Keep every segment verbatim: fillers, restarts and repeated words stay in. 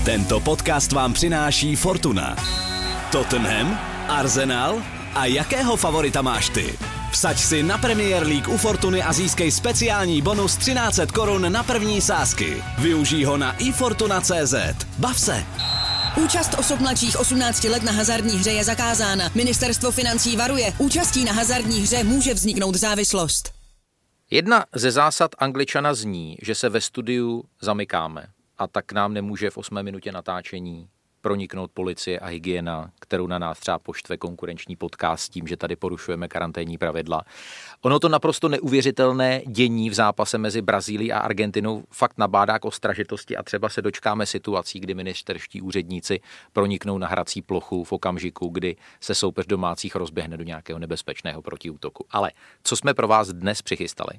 Tento podcast vám přináší Fortuna. Tottenham, Arsenal a jakého favorita máš ty? Vsaď si na Premier League u Fortuny a získej speciální bonus třináct set korun na první sázky. Využij ho na i fortuna tečka cé zet. Bav se! Účast osob mladších osmnácti let na hazardní hře je zakázána. Ministerstvo financí varuje. Účastí na hazardní hře může vzniknout závislost. Jedna ze zásad Angličana zní, že se ve studiu zamykáme a tak nám nemůže v osmé minutě natáčení proniknout policie a hygiena, kterou na nás třeba poštve konkurenční podcast tím, že tady porušujeme karanténní pravidla. Ono to naprosto neuvěřitelné dění v zápase mezi Brazílií a Argentinou fakt nabádá k ostražitosti a třeba se dočkáme situací, kdy ministerští úředníci proniknou na hrací plochu v okamžiku, kdy se soupeř domácích rozběhne do nějakého nebezpečného protiútoku. Ale co jsme pro vás dnes přichystali?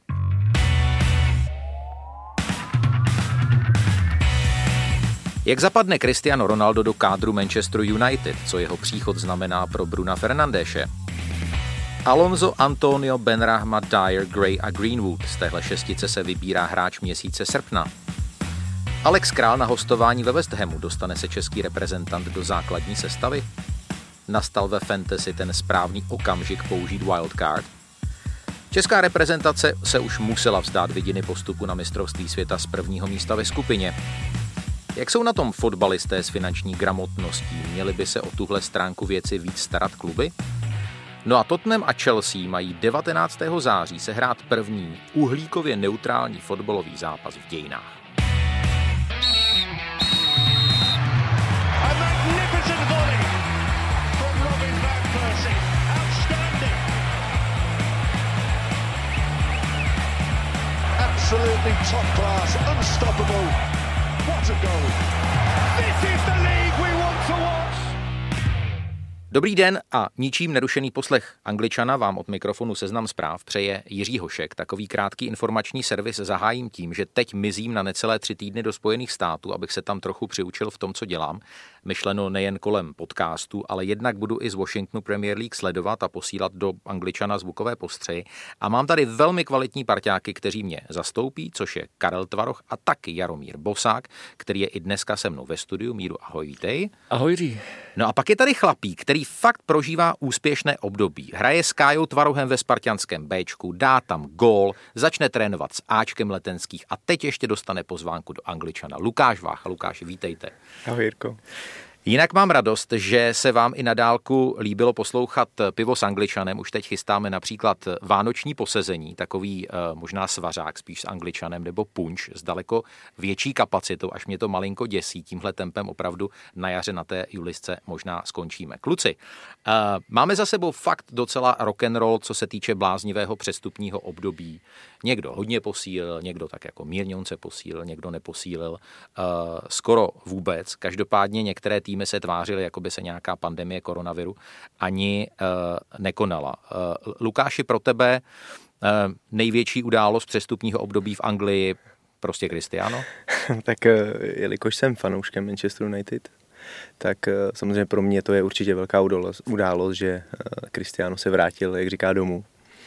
Jak zapadne Cristiano Ronaldo do kádru Manchesteru United, co jeho příchod znamená pro Bruna Fernandéše? Alonso, Antonio, Benrahma, Dyer, Gray a Greenwood. Z téhle šestice se vybírá hráč měsíce srpna. Alex Král na hostování ve West Hamu. Dostane se český reprezentant do základní sestavy? Nastal ve fantasy ten správný okamžik použít wildcard? Česká reprezentace se už musela vzdát vidiny postupu na mistrovství světa z prvního místa ve skupině. Jak jsou na tom fotbalisté s finanční gramotností? Měli by se o tuhle stránku věci víc starat kluby? No a Tottenham a Chelsea mají devatenáctého září sehrát první uhlíkově neutrální fotbalový zápas v dějinách. Absolutely top class, unstoppable. What a goal. This is the league we want to watch. Dobrý den a ničím nerušený poslech Angličana vám od mikrofonu Seznam zpráv přeje Jiří Hošek. Takový krátký informační servis zahájím tím, že teď mizím na necelé tři týdny do Spojených států, abych se tam trochu přiučil v tom, co dělám. Myšleno nejen kolem podcastu, ale jednak budu i z Washingtonu Premier League sledovat a posílat do Angličana zvukové postřehy. A mám tady velmi kvalitní parťáky, kteří mě zastoupí, což je Karel Tvaroch a taky Jaromír Bosák, který je i dneska se mnou ve studiu. Míru, ahoj, vítej. Ahoj, Jiří. No a pak je tady chlapík, který fakt prožívá úspěšné období. Hraje s Kájou Tvarohem ve spartanském Béčku, dá tam gól, začne trénovat s Ačkem Letenských a teď ještě dostane pozvánku do Angličana. Lukáš Vácha. Lukáši, vítejte. Ahoj, Jirko. Jinak mám radost, že se vám i na dálku líbilo poslouchat Pivo s Angličanem. Už teď chystáme například vánoční posezení, takový uh, možná svařák spíš s Angličanem nebo punč s daleko větší kapacitou, až mě to malinko děsí. Tímhle tempem opravdu na jaře na té Julisce možná skončíme. Kluci, uh, máme za sebou fakt docela rock'n'roll, co se týče bláznivého přestupního období. Někdo hodně posílil, někdo tak jako mírňonce posílil, někdo neposílil. Uh, skoro vůbec. Každopádně některé týmy se tvářily, jako by se nějaká pandemie koronaviru ani uh, nekonala. Uh, Lukáši, pro tebe uh, největší událost přestupního období v Anglii prostě Cristiano? Tak jelikož jsem fanouškem Manchester United, tak samozřejmě pro mě to je určitě velká událost, událost že Cristiano se vrátil, jak říká, domů.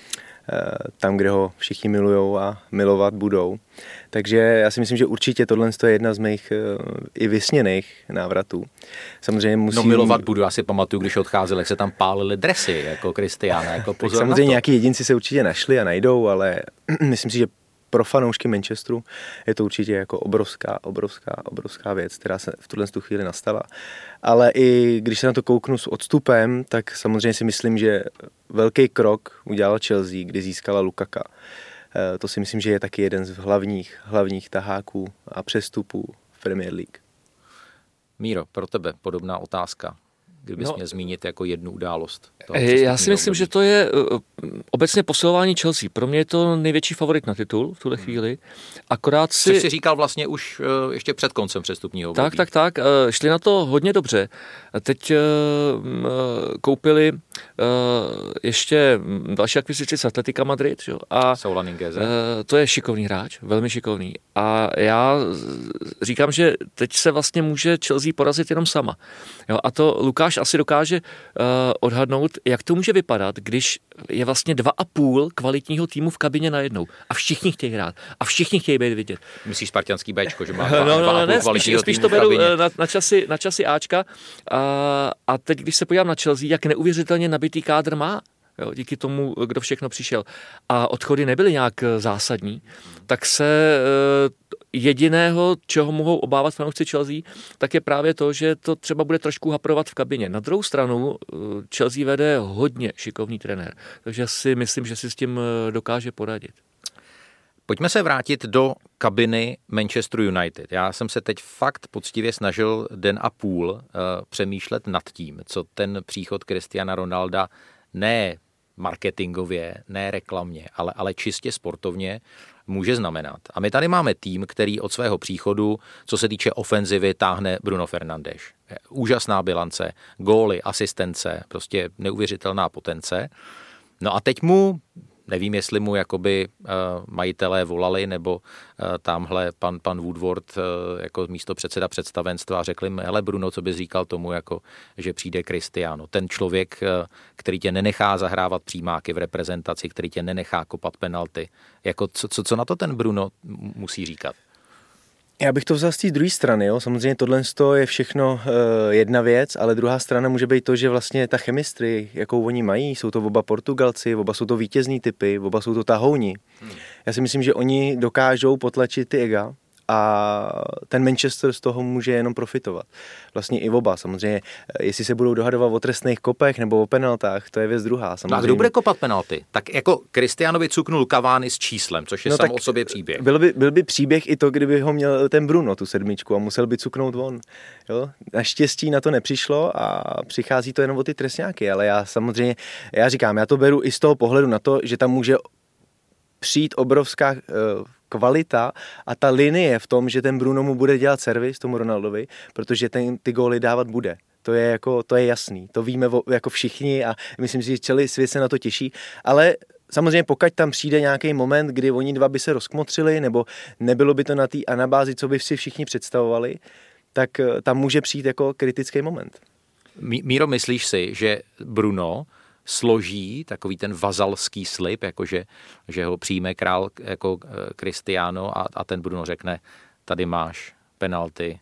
Tam, kde ho všichni milujou a milovat budou. Takže já si myslím, že určitě tohle je jedna z mých i vysněných návratů. Samozřejmě musím... No milovat budu, já si pamatuju, když odcházel, jak se tam pálily dresy, jako Cristiano, jako pozor. Tak samozřejmě nějaký jedinci se určitě našli a najdou, ale myslím si, že pro fanoušky Manchesteru je to určitě jako obrovská, obrovská, obrovská věc, která se v tuhle chvíli nastala. Ale i když se na to kouknu s odstupem, tak samozřejmě si myslím, že velký krok udělala Chelsea, kdy získala Lukaka. To si myslím, že je taky jeden z hlavních, hlavních taháků a přestupů v Premier League. Míro, pro tebe podobná otázka. Kdybys no, měl zmínit jako jednu událost. Já si myslím, období. Že to je uh, obecně posilování Chelsea. Pro mě je to největší favorit na titul v tuhle hmm. chvíli. Akorát si... Což si říkal vlastně už uh, ještě před koncem přestupního období. Tak, tak, tak. Uh, šli na to hodně dobře. Teď uh, uh, koupili uh, ještě další akvizici z Atletica Madrid. Jo? A Saula Nigueze. Uh, to je šikovný hráč, velmi šikovný. A já říkám, že teď se vlastně může Chelsea porazit jenom sama. Jo? A to Lukáš Tomáš asi dokáže uh, odhadnout, jak to může vypadat, když je vlastně dva a půl kvalitního týmu v kabině najednou a všichni chtějí hrát a všichni chtějí být vidět. Myslíš spartanský Béčko, že má dva, no, no, dva no, a půl ne, kvalitního spíš, spíš týmu to v beru kabině. na, na, časy, na časy Ačka a, a teď, když se podívám na Chelsea, jak neuvěřitelně nabitý kádr má, jo, díky tomu, kdo všechno přišel a odchody nebyly nějak zásadní, tak se jediného, čeho mohou obávat fanoušci Chelsea, tak je právě to, že to třeba bude trošku haprovat v kabině. Na druhou stranu Chelsea vede hodně šikovný trenér, takže si myslím, že si s tím dokáže poradit. Pojďme se vrátit do kabiny Manchester United. Já jsem se teď fakt poctivě snažil den a půl uh, přemýšlet nad tím, co ten příchod Cristiana Ronalda ne marketingově, ne reklamně, ale, ale čistě sportovně může znamenat. A my tady máme tým, který od svého příchodu, co se týče ofenzivy, táhne Bruno Fernandes. Úžasná bilance, góly, asistence, prostě neuvěřitelná potence. No a teď mu, nevím, jestli mu jakoby uh, majitelé volali, nebo uh, tamhle pan, pan Woodward uh, jako místo předseda představenstva řekli mi, hele Bruno, co bys říkal tomu, jako, že přijde Cristiano. Ten člověk, uh, který tě nenechá zahrávat přímáky v reprezentaci, který tě nenechá kopat penalty. Jako, co, co, co na to ten Bruno musí říkat? Já bych to vzal z té druhé strany, jo. Samozřejmě tohle je všechno uh, jedna věc, ale druhá strana může být to, že vlastně ta chemistry, jakou oni mají, jsou to oba Portugalci, oba jsou to vítězní typy, oba jsou to tahouni. Hmm. Já si myslím, že oni dokážou potlačit ty ega a ten Manchester z toho může jenom profitovat. Vlastně i oba, samozřejmě, jestli se budou dohadovat o trestných kopech nebo o penaltách, to je věc druhá. Samozřejmě. A kdo bude kopat penalty? Tak jako Cristianovi cuknul Cavani s číslem, což je no sam o sobě příběh. Byl by, byl by příběh i to, kdyby ho měl ten Bruno, tu sedmičku, a musel by cuknout on. Jo? Naštěstí na to nepřišlo a přichází to jenom o ty trestňáky, ale já samozřejmě, já říkám, já to beru i z toho pohledu na to, že tam může přijít obrovská uh, kvalita a ta linie v tom, že ten Bruno mu bude dělat servis tomu Ronaldovi, protože ten, ty góly dávat bude. To je, jako, to je jasný, to víme jako všichni a myslím si, že celý svět se na to těší, ale samozřejmě pokud tam přijde nějaký moment, kdy oni dva by se rozkmotřili nebo nebylo by to na té anabázi, co by si všichni představovali, tak tam může přijít jako kritický moment. Míro, myslíš si, že Bruno složí takový ten vazalský slib, jakože že ho přijme král jako Cristiano a, a ten Bruno řekne, tady máš penalty.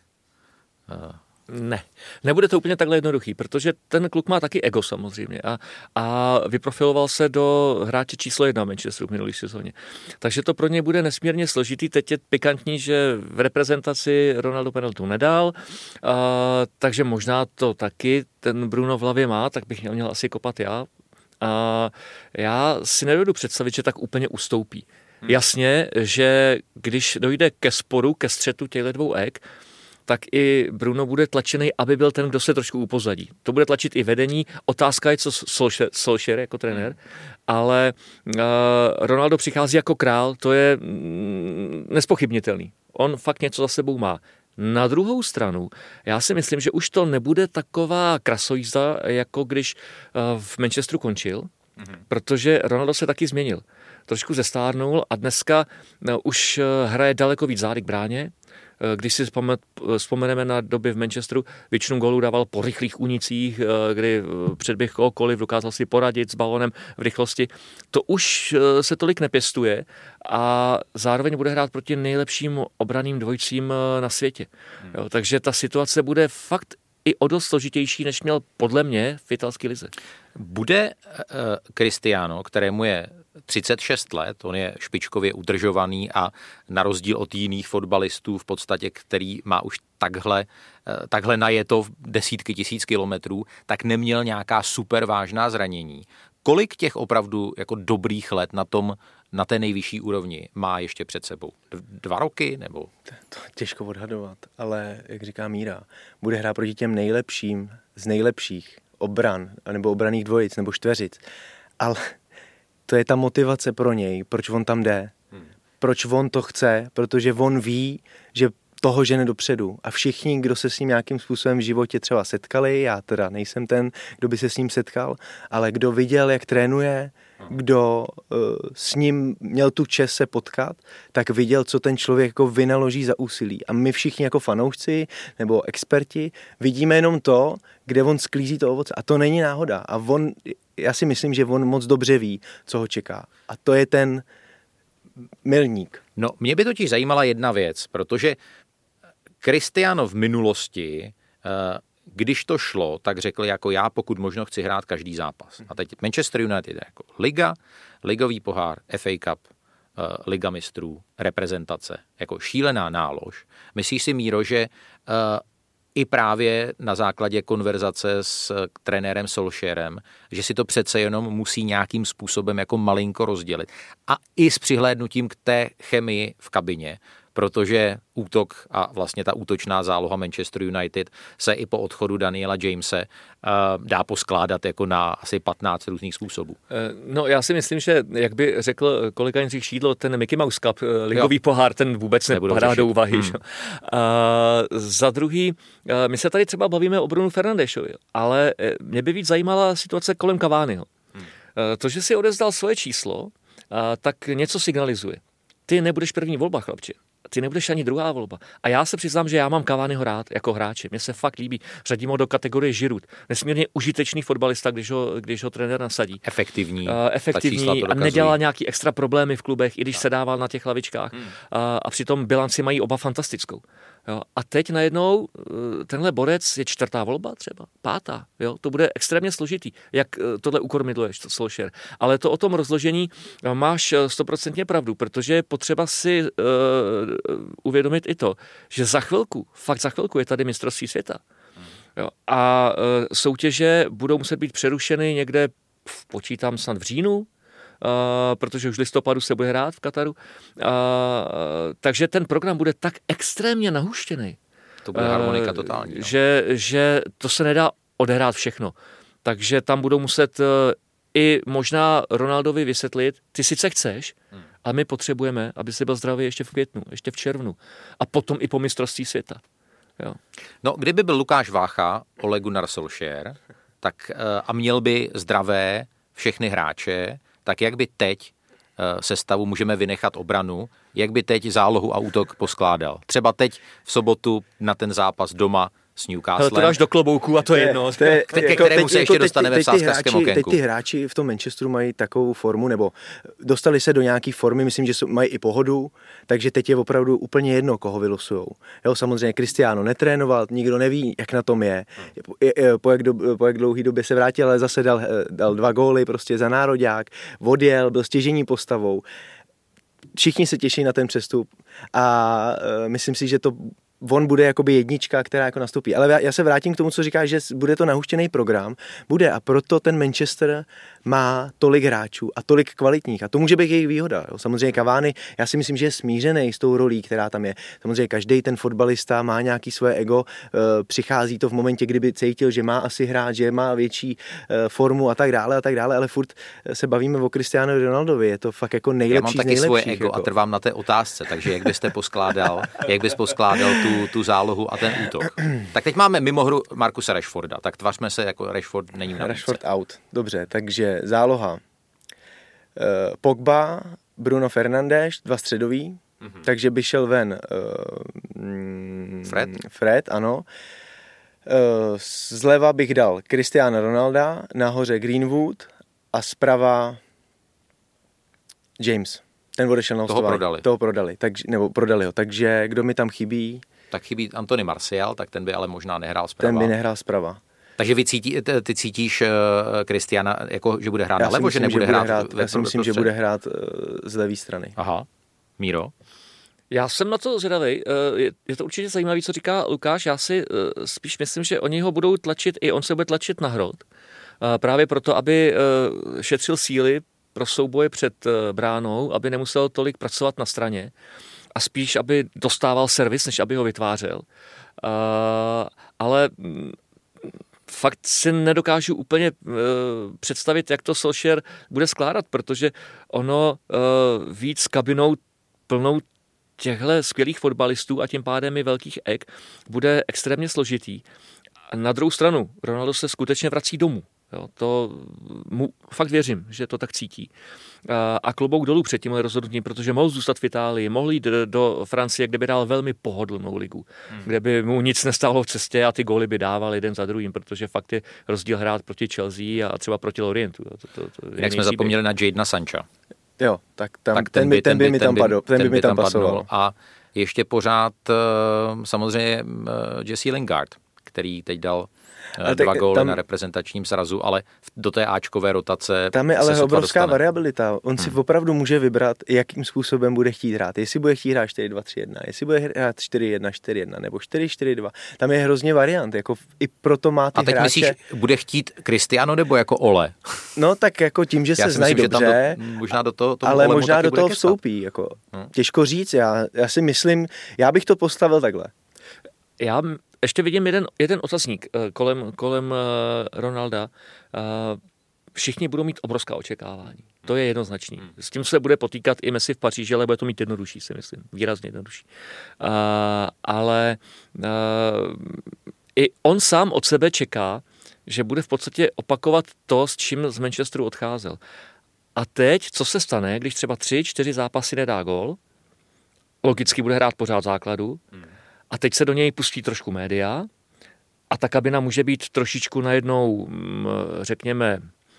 Ne, nebude to úplně takhle jednoduchý, protože ten kluk má taky ego samozřejmě a, a vyprofiloval se do hráče číslo jedna Manchesteru v minulý sezóně. Takže to pro ně bude nesmírně složitý. Teď je pikantní, že v reprezentaci Ronaldo penaltu nedal, a, takže možná to taky ten Bruno v hlavě má, tak bych měl, měl asi kopat já. A já si nedovedu představit, že tak úplně ustoupí. Hmm. Jasně, že když dojde ke sporu, ke střetu těchto dvou ek, tak i Bruno bude tlačený, aby byl ten, kdo se trošku upozadí. To bude tlačit i vedení. Otázka je, co Solskjaer jako trenér, ale uh, Ronaldo přichází jako král, to je mm, nespochybnitelný. On fakt něco za sebou má. Na druhou stranu, já si myslím, že už to nebude taková krasojízda, jako když uh, v Manchesteru končil, mm-hmm. protože Ronaldo se taky změnil. Trošku zestárnul a dneska uh, už uh, hraje daleko víc zády k bráně. Když si vzpomeneme na doby v Manchesteru, většinu gólů dával po rychlých únicích, kdy předběh kohokoliv, dokázal si poradit s balonem v rychlosti. To už se tolik nepěstuje a zároveň bude hrát proti nejlepším obranným dvojcím na světě. Jo, takže ta situace bude fakt i o dost složitější, než měl podle mě v italské lize. Bude uh, Cristiano, kterému je třicet šest let, on je špičkově udržovaný a na rozdíl od jiných fotbalistů v podstatě, který má už takhle, uh, takhle najeto desítky tisíc kilometrů, tak neměl nějaká super vážná zranění. Kolik těch opravdu jako dobrých let na tom, na té nejvyšší úrovni má ještě před sebou? Dva roky nebo? To těžko odhadovat, ale jak říká Míra, bude hrát proti těm nejlepším z nejlepších obran, nebo obraných dvojic, nebo čtveřic. Ale to je ta motivace pro něj, proč on tam jde. Hmm. Proč on to chce, protože on ví, že toho žene dopředu. A všichni, kdo se s ním nějakým způsobem v životě třeba setkali, já teda nejsem ten, kdo by se s ním setkal, ale kdo viděl, jak trénuje, kdo uh, s ním měl tu čest se potkat, tak viděl, co ten člověk jako vynaloží za úsilí. A my všichni jako fanoušci nebo experti vidíme jenom to, kde on sklízí to ovoce. A to není náhoda. A on, já si myslím, že on moc dobře ví, co ho čeká. A to je ten milník. No, mě by totiž zajímala jedna věc, protože Cristiano v minulosti, když to šlo, tak řekl jako já pokud možno chci hrát každý zápas. A teď Manchester United jako liga, ligový pohár, F A Cup, Liga mistrů, reprezentace, jako šílená nálož. Myslíš si, Míro, že i právě na základě konverzace s trenérem Solskjaerem, že si to přece jenom musí nějakým způsobem jako malinko rozdělit. A i s přihlédnutím k té chemii v kabině, protože útok a vlastně ta útočná záloha Manchester United se i po odchodu Daniela Jamese uh, dá poskládat jako na asi patnáct různých způsobů. No já si myslím, že jak by řekl kolega Jindřich Šídlo, ten Mickey Mouse Cup, ligový jo. pohár, ten vůbec nepadá do úvahy. Hmm. A za druhý, my se tady třeba bavíme o Brunu Fernandéšovi, ale mě by víc zajímala situace kolem Cavaniho. Hmm. To, že si odezdal svoje číslo, tak něco signalizuje. Ty nebudeš první volba, chlapče. Ty nebudeš ani druhá volba. A já se přiznám, že já mám Cavaniho rád jako hráče. Mně se fakt líbí. Řadím ho do kategorie Giroud. Nesmírně užitečný fotbalista, když ho, když ho trenér nasadí. Efektivní. Uh, efektivní a nedělá nějaký extra problémy v klubech, i když se dával na těch lavičkách. Hmm. Uh, a přitom bilanci mají oba fantastickou. Jo. A teď najednou tenhle borec je čtvrtá volba třeba, pátá. Jo. To bude extrémně složitý, jak tohle ukormidluješ, to Solskjaer. Ale to o tom rozložení máš stoprocentně pravdu, protože je potřeba si uh, uvědomit i to, že za chvilku, fakt za chvilku je tady mistrovství světa. Jo. A uh, soutěže budou muset být přerušeny někde, počítám snad v říjnu, Uh, protože už v listopadu se bude hrát v Kataru. Uh, takže ten program bude tak extrémně nahuštěný. To bude harmonika uh, totální. No. Že, že to se nedá odehrát všechno. Takže tam budou muset uh, i možná Ronaldovi vysvětlit, ty sice chceš, hmm. ale my potřebujeme, aby jsi byl zdravý ještě v květnu, ještě v červnu. A potom i po mistrovství světa. Jo. No, kdyby byl Lukáš Vácha, Ole Gunnar Solskjaer, tak uh, a měl by zdravé všechny hráče, tak jak by teď sestavu můžeme vynechat obranu, jak by teď zálohu a útok poskládal. Třeba teď v sobotu na ten zápas doma s Newcastlem. To dáš do klobouku a to je jedno. To je, ke, ke kterému se ještě dostaneme v sázkařském okénku. Teď ty hráči v tom Manchesteru mají takovou formu, nebo dostali se do nějaký formy, myslím, že mají i pohodu, takže teď je opravdu úplně jedno, koho vylosujou. Jo, samozřejmě Cristiano netrénoval, nikdo neví, jak na tom je. Po jak, do, po jak dlouhý době se vrátil, ale zase dal, dal dva góly prostě za nároďák, odjel, byl stěžejní postavou. Všichni se těší na ten přestup a uh, myslím si, že to on bude jakoby jednička, která jako nastoupí. Ale já se vrátím k tomu, co říkáš, že bude to nahuštěný program. Bude a proto ten Manchester má tolik hráčů a tolik kvalitních. A to může být jejich výhoda. Jo. Samozřejmě Cavani, já si myslím, že je smířený s tou rolí, která tam je. Samozřejmě každý ten fotbalista má nějaký svoje ego, přichází to v momentě, kdyby cítil, že má asi hrát, že má větší formu a tak dále a tak dále, ale furt se bavíme o Cristiano Ronaldovi. Je to fakt jako nejlepší. Já mám taky svoje ego jako. A trvám na té otázce, takže jak byste poskládal, jak bys poskládal tu, tu zálohu a ten útok. Tak teď máme mimo hru Marcusa Rashforda, tak tvařme se jako Rashford není na Rashford out. Dobře, takže záloha. Uh, Pogba, Bruno Fernandes, dva středoví, mm-hmm. takže by šel ven uh, Fred. Fred, ano. Uh, zleva bych dal Cristiano Ronalda, nahoře Greenwood a zprava James. Ten odešel na hostování. Toho prodali. Toho prodali, takže, nebo prodali ho. Takže kdo mi tam chybí? Tak chybí Anthony Martial, tak ten by ale možná nehrál zprava. Ten by nehrál zprava. Takže vy cítí, ty cítíš Cristiana, uh, jako, že bude hrát na levo, že nebude že hrát? hrát já si myslím, že bude hrát uh, z levé strany. Aha. Míro? Já jsem na to zvědavý. Je, je to určitě zajímavé, co říká Lukáš. Já si uh, spíš myslím, že oni ho budou tlačit, i on se bude tlačit na hrot. Uh, právě proto, aby uh, šetřil síly pro souboje před uh, bránou, aby nemusel tolik pracovat na straně a spíš, aby dostával servis, než aby ho vytvářel. Uh, ale fakt si nedokážu úplně uh, představit, jak to Solskjaer bude skládat, protože ono uh, víc kabinou plnou těchto skvělých fotbalistů a tím pádem i velkých ek bude extrémně složitý. A na druhou stranu, Ronaldo se skutečně vrací domů. Jo, to mu fakt věřím, že to tak cítí. A, a klobouk dolů před tímhle rozhodnutím, protože mohl zůstat v Itálii, mohl jít do, do Francie, kde by dal velmi pohodlnou ligu, hmm. kde by mu nic nestálo v cestě a ty góly by dával jeden za druhým, protože fakt je rozdíl hrát proti Chelsea a třeba proti Lorientu. To, to, to Jak jsme zapomněli na Jadena Sancha. Jo, tak, tam, tak ten, ten, by, ten, by, ten by mi tam padl, ten, ten by mi tam pasoval. A ještě pořád samozřejmě Jesse Lingard, který teď dal ale dva góly tam, na reprezentačním srazu, ale do té áčkové rotace tam je ale obrovská variabilita. On si hmm. opravdu může vybrat, jakým způsobem bude chtít hrát. Jestli bude chtít hrát čtyři dva tři jedna, jestli bude hrát čtyři jedna čtyři jedna nebo čtyři čtyři dva. Tam je hrozně variant. Jako i proto má ty A teď hráče... myslíš, bude chtít Cristiano nebo jako Ole? No tak jako tím, že já se znají myslím, dobře, do, možná do toho, ale možná do toho vstoupí. Jako. Hmm. Těžko říct. Já, já si myslím, já bych to postavil takhle. Já ještě vidím jeden, jeden otazník kolem, kolem Ronalda. Všichni budou mít obrovská očekávání. To je jednoznačný. S tím se bude potýkat i Messi v Paříži, ale bude to mít jednodušší, si myslím. Výrazně jednodušší. Uh, ale uh, i on sám od sebe čeká, že bude v podstatě opakovat to, s čím z Manchesteru odcházel. A teď, co se stane, když třeba tři, čtyři zápasy nedá gól, logicky bude hrát pořád základu, a teď se do něj pustí trošku média a ta kabina může být trošičku najednou, řekněme,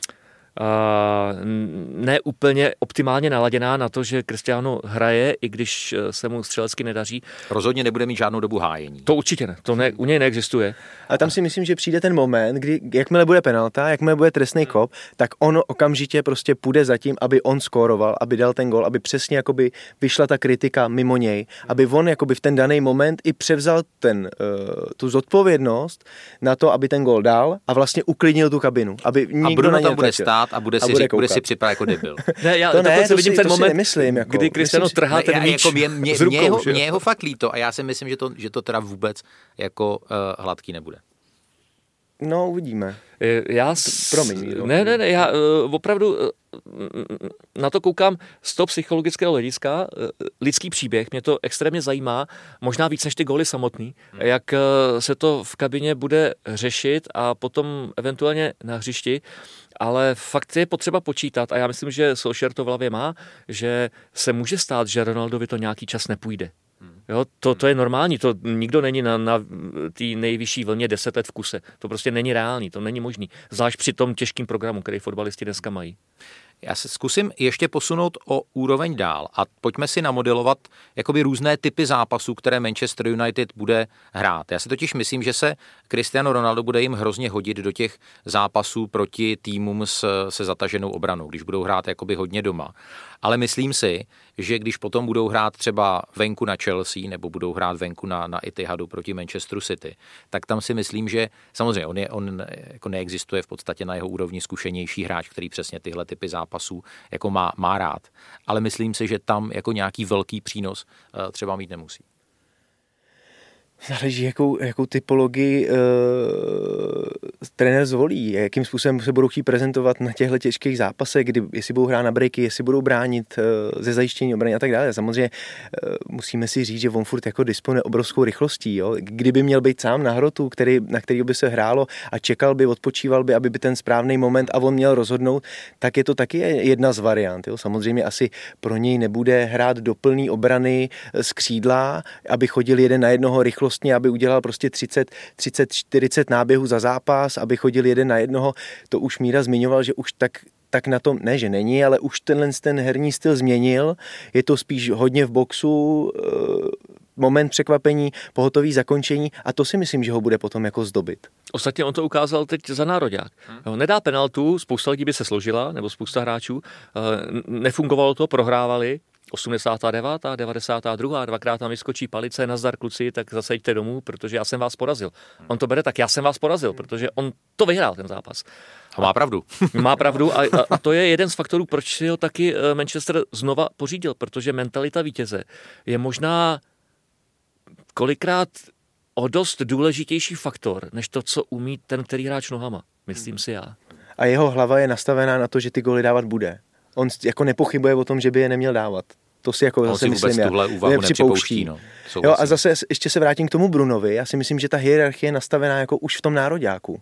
ne úplně optimálně naladěná na to, že Cristiano hraje, i když se mu střelecky nedaří. Rozhodně nebude mít žádnou dobu hájení. To určitě ne, to ne, u něj neexistuje. A tam si myslím, že přijde ten moment, kdy jakmile bude penalta, jakmile bude trestný kop, tak on okamžitě prostě půjde za tím, aby on skóroval, aby dal ten gol, aby přesně jakoby vyšla ta kritika mimo něj, aby on jakoby v ten daný moment i převzal ten, uh, tu zodpovědnost na to, aby ten gol dal a vlastně uklidnil tu kabinu, aby nikdo na něj stát a bude si, a bude, bude si připadat jako debil. Ne, já to ne, to vidím si, ten to moment, nemyslím, jako, kdy Cristiano trhá ten míč jako mě, mě, z rukou. Mě, mě jeho fakt líto a já si myslím, že to, že to teda vůbec jako uh, hladký nebude. No, uvidíme. Já... Promiň. Ne, ne, ne, já uh, opravdu uh, na to koukám z toho psychologického hlediska. Uh, lidský příběh, mě to extrémně zajímá, možná víc než ty góly samotný, hmm. jak uh, se to v kabině bude řešit a potom eventuálně na hřišti. Ale fakt je potřeba počítat a já myslím, že Solskjaer to v hlavě má, že se může stát, že Ronaldovi to nějaký čas nepůjde. Jo, to, to je normální, to nikdo není na, na té nejvyšší vlně deset let v kuse. To prostě není reálný, to není možný. Zvlášť při tom těžkém programu, který fotbalisti dneska mají. Já se zkusím ještě posunout o úroveň dál a pojďme si namodelovat jakoby různé typy zápasů, které Manchester United bude hrát. Já si totiž myslím, že se Cristiano Ronaldo bude jim hrozně hodit do těch zápasů proti týmům s, se zataženou obranou, když budou hrát jakoby hodně doma. Ale myslím si, že když potom budou hrát třeba venku na Chelsea nebo budou hrát venku na, na Etihadu proti Manchesteru City, tak tam si myslím, že samozřejmě on, je, on jako neexistuje v podstatě na jeho úrovni zkušenější hráč, který přesně tyhle typy zápasů jako má, má rád. Ale myslím si, že tam jako nějaký velký přínos uh, třeba mít nemusí. Záleží, jakou, jakou typologii uh, trenér zvolí, jakým způsobem se budou chtít prezentovat na těchto těžkých zápasech, kdy, jestli budou hrát na breaky, jestli budou bránit uh, ze zajištění obrany a tak dále. Samozřejmě uh, musíme si říct, že on furt jako disponuje obrovskou rychlostí. Jo? Kdyby měl být sám na hrotu, který, na který by se hrálo a čekal by, odpočíval by, aby by ten správný moment a on měl rozhodnout, tak je to taky jedna z variant. Jo? Samozřejmě asi pro něj nebude hrát do plný obrany z křídla, aby chodil jeden na jednoho rychlost, aby udělal prostě třicet, třicet, čtyřicet náběhů za zápas, aby chodil jeden na jednoho. To už Míra zmiňoval, že už tak, tak na tom, ne, že není, ale už tenhle ten herní styl změnil. Je to spíš hodně v boxu, moment překvapení, pohotový zakončení a to si myslím, že ho bude potom jako zdobit. Ostatně on to ukázal teď za nároďák. Hmm. Nedá penaltu, spousta lidí by se složila, nebo spousta hráčů. Nefungovalo to, prohrávali. osmdesátá devátá, devadesátá druhá, dvakrát tam vyskočí palice, nazdar kluci, tak zase jďte domů, protože já jsem vás porazil. On to bere tak, já jsem vás porazil, protože on to vyhrál ten zápas. A má pravdu. Má pravdu a, a to je jeden z faktorů, proč si ho taky Manchester znova pořídil, protože mentalita vítěze je možná kolikrát o dost důležitější faktor, než to, co umí ten, který hráč nohama. Myslím si já. A jeho hlava je nastavená na to, že ty góly dávat bude. On jako nepochybuje o tom, že by je neměl dávat. To si jako zase myslím, já nepřipouští. No. Jo, a zase ještě se vrátím k tomu Brunovi. Já si myslím, že ta hierarchie je nastavená jako už v tom nároďáku.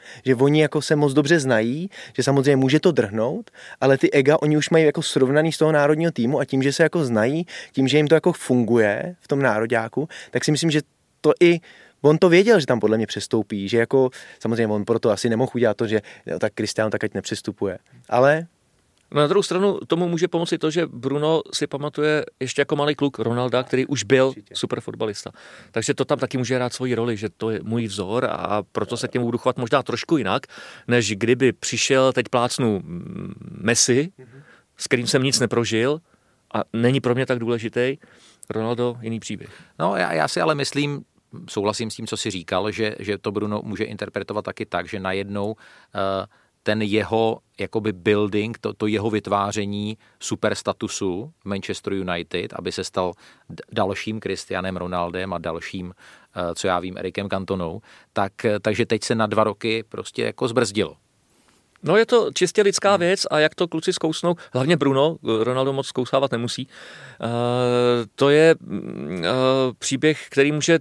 že oni jako se moc dobře znají, že samozřejmě může to drhnout, ale ty ega oni už mají jako srovnaný z toho národního týmu a tím, že se jako znají, tím, že jim to jako funguje v tom nároďáku, tak si myslím, že to i on to věděl, že tam podle mě přestoupí, že jako samozřejmě on proto asi nemohl udělat to, že no, tak Cristiano tak ať nepřestupuje, ale No na druhou stranu tomu může pomoci to, že Bruno si pamatuje ještě jako malý kluk Ronalda, který už byl super fotbalista. Takže to tam taky může hrát svoji roli, že to je můj vzor a proto se k němu budu chovat možná trošku jinak, než kdyby přišel teď plácnu Messi, s kterým jsem nic neprožil a není pro mě tak důležitý. Ronaldo, jiný příběh. No já, já si ale myslím, souhlasím s tím, co jsi říkal, že, že to Bruno může interpretovat taky tak, že najednou uh, ten jeho jakoby building, to, to jeho vytváření superstatusu v Manchester United, aby se stal dalším Cristianem Ronaldem a dalším, co já vím, Erikem Cantonou, tak, takže teď se na dva roky prostě jako zbrzdilo. No je to čistě lidská věc a jak to kluci zkousnou, hlavně Bruno, Ronaldo moc zkousávat nemusí, uh, to je uh, příběh, který může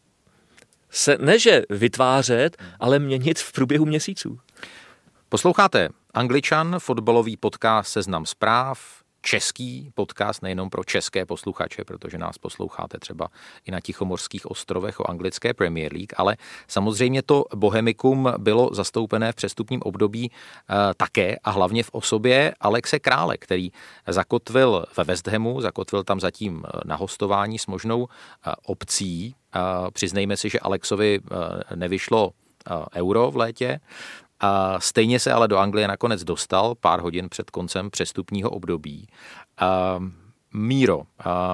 se neže vytvářet, ale měnit v průběhu měsíců. Posloucháte Angličan, fotbalový podcast Seznam zpráv, český podcast nejenom pro české posluchače, protože nás posloucháte třeba i na Tichomorských ostrovech o anglické Premier League, ale samozřejmě to Bohemikum bylo zastoupené v přestupním období eh, také a hlavně v osobě Alexe Krále, který zakotvil ve West Hamu, zakotvil tam zatím na hostování s možnou eh, opcí. Eh, přiznejme si, že Alexovi eh, nevyšlo eh, euro v létě, a stejně se ale do Anglie nakonec dostal pár hodin před koncem přestupního období. Míro,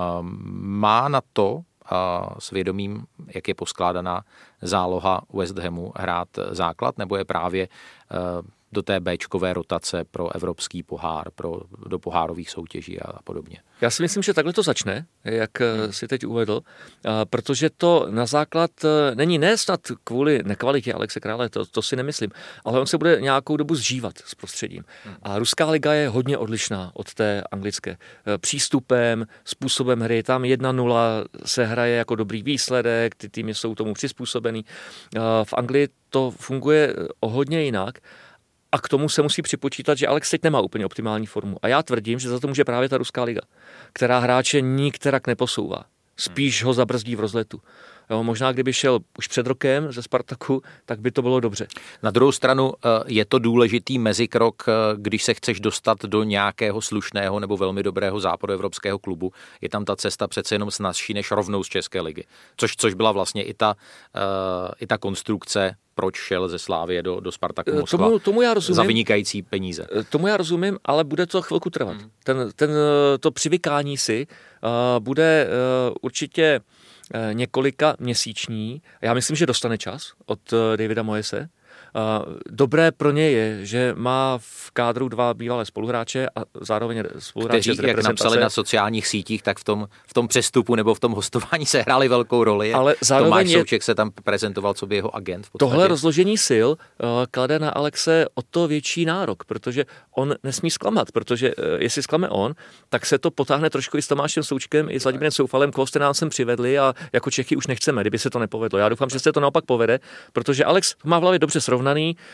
má na to s vědomím, jak je poskládaná záloha West Hamu hrát základ, nebo je právě do té béčkové rotace pro evropský pohár, pro, do pohárových soutěží a podobně? Já si myslím, že takhle to začne, jak si teď uvedl, protože to na základ není ne snad kvůli nekvalitě Alexe Krále, to, to si nemyslím, ale on se bude nějakou dobu zžívat s prostředím. A ruská liga je hodně odlišná od té anglické. Přístupem, způsobem hry, tam jedna nula se hraje jako dobrý výsledek, ty týmy jsou tomu přizpůsobený. V Anglii to funguje o hodně jinak. A k tomu se musí připočítat, že Alex teď nemá úplně optimální formu. A já tvrdím, že za to může právě ta ruská liga, která hráče nikterak neposouvá. Spíš ho zabrzdí v rozletu. Jo, možná kdyby šel už před rokem ze Spartaku, tak by to bylo dobře. Na druhou stranu je to důležitý mezikrok, když se chceš dostat do nějakého slušného nebo velmi dobrého západoevropského klubu. Je tam ta cesta přece jenom snazší než rovnou z České ligy. Což, což byla vlastně i ta, uh, i ta konstrukce, proč šel ze Slávie do, do Spartaku Moskva. Tomu, tomu já rozumím. Za vynikající peníze. Tomu já rozumím, ale bude to chvilku trvat. Hmm. Ten, ten, to přivykání si uh, bude uh, určitě uh, několika měsíční. Já myslím, že dostane čas od uh, Davida Moyese. Uh, dobré pro ně je, že má v kádru dva bývalé spoluhráče a zároveň spoluhráče kteří, z reprezentace. Jak napsali na sociálních sítích, tak v tom, v tom přestupu nebo v tom hostování se hráli velkou roli. Ale Tomáš je... Souček se tam prezentoval, co by jeho agent. V tohle rozložení sil uh, klade na Alexe o to větší nárok, protože on nesmí zklamat, protože uh, jestli zklame on, tak se to potáhne trošku i s Tomášem Součkem, i s Vladimirem Soufalem, koho jste nám sem přivedli a jako Čechy už nechceme, kdyby se to nepovedlo. Já doufám, že se to naopak povede, protože Alex má v hlavě dobře srovnaný,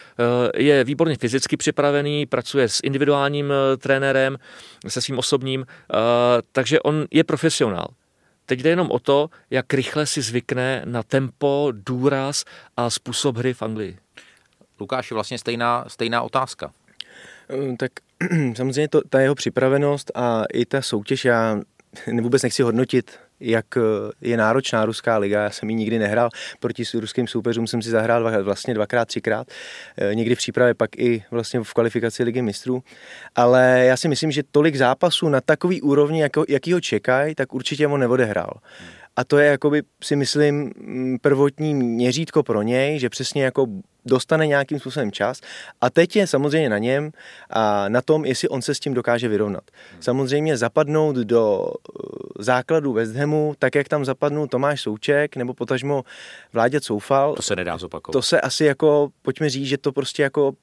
je výborně fyzicky připravený, pracuje s individuálním trenérem, se svým osobním, takže on je profesionál. Teď jde jenom o to, jak rychle si zvykne na tempo, důraz a způsob hry v Anglii. Lukáš, je vlastně stejná, stejná otázka. Tak samozřejmě to, ta jeho připravenost a i ta soutěž, já vůbec nechci hodnotit, jak je náročná ruská liga. Já jsem ji nikdy nehrál. Proti ruským soupeřům jsem si zahrál vlastně dvakrát, třikrát. Někdy v přípravě, pak i vlastně v kvalifikaci ligy mistrů. Ale já si myslím, že tolik zápasů na takový úrovni, jako, jaký ho čekají, tak určitě on neodehrál. A to je, jakoby, si myslím, prvotní měřítko pro něj, že přesně jako dostane nějakým způsobem čas. A teď je samozřejmě na něm a na tom, jestli on se s tím dokáže vyrovnat. Samozřejmě zapadnout do základu West Hamu, tak jak tam zapadnul Tomáš Souček nebo potažmo Vláďa Coufal. To se nedá zopakovat. To se asi jako, pojďme říct, že to prostě jako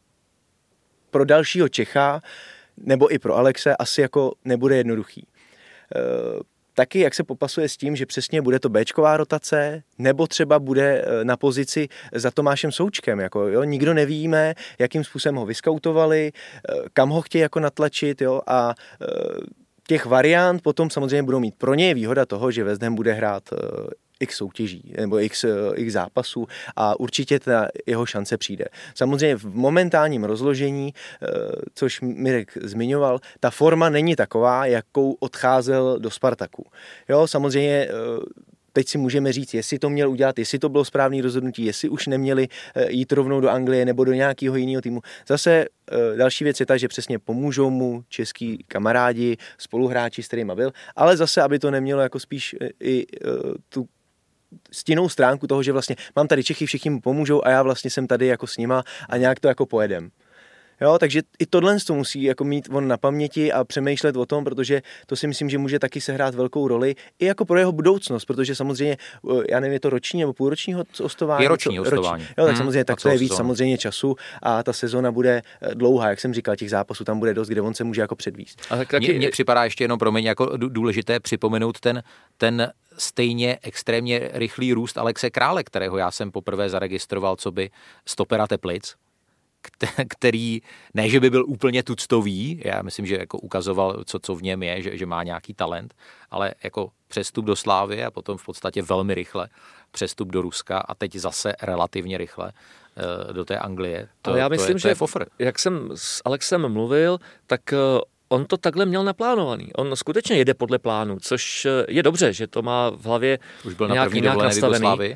pro dalšího Čecha nebo i pro Alexe asi jako nebude jednoduchý. taky, jak se popasuje s tím, že přesně bude to béčková rotace, nebo třeba bude na pozici za Tomášem Součkem. Jako, jo? Nikdo nevíme, jakým způsobem ho vyskautovali, kam ho chtějí jako natlačit, jo? A těch variant potom samozřejmě budou mít. Pro ně je výhoda toho, že West Ham bude hrát x soutěží nebo x, x zápasů a určitě ta jeho šance přijde. Samozřejmě v momentálním rozložení, což Mirek zmiňoval, ta forma není taková, jakou odcházel do Spartaku. Jo, samozřejmě teď si můžeme říct, jestli to měl udělat, jestli to bylo správné rozhodnutí, jestli už neměli jít rovnou do Anglie nebo do nějakého jiného týmu. Zase další věc je ta, že přesně pomůžou mu český kamarádi, spoluhráči, s kterýma byl, ale zase, aby to nemělo jako spíš i tu stinnou stránku toho, že vlastně mám tady Čechy, všichni mu pomůžou a já vlastně jsem tady jako s nima a nějak to jako pojedem. Jo, takže i tohle to musí jako mít on na paměti a přemýšlet o tom, protože to si myslím, že může taky sehrát velkou roli i jako pro jeho budoucnost, protože samozřejmě, já nevím, je to roční nebo půlročního hostování? Je roční hostování. Jo, tak hmm, samozřejmě, tak to je víc sezónu. Samozřejmě času a ta sezona bude dlouhá, jak jsem říkal, těch zápasů tam bude dost, kde on se může jako předvíst. A tak taky... Mně připadá ještě jenom pro mě jako důležité připomenout ten, ten stejně extrémně rychlý růst Alexe Krále, kterého já jsem poprvé zaregistroval co by stopera Teplic, který, ne, že by byl úplně tuctový, já myslím, že jako ukazoval, co, co v něm je, že, že má nějaký talent, ale jako přestup do Slávy a potom v podstatě velmi rychle přestup do Ruska a teď zase relativně rychle do té Anglie. To, ale já myslím, to je, to že je fofr. Jak jsem s Alexem mluvil, tak on to takhle měl naplánovaný. On skutečně jede podle plánu, což je dobře, že to má v hlavě už byl na nějak jinak nastavený.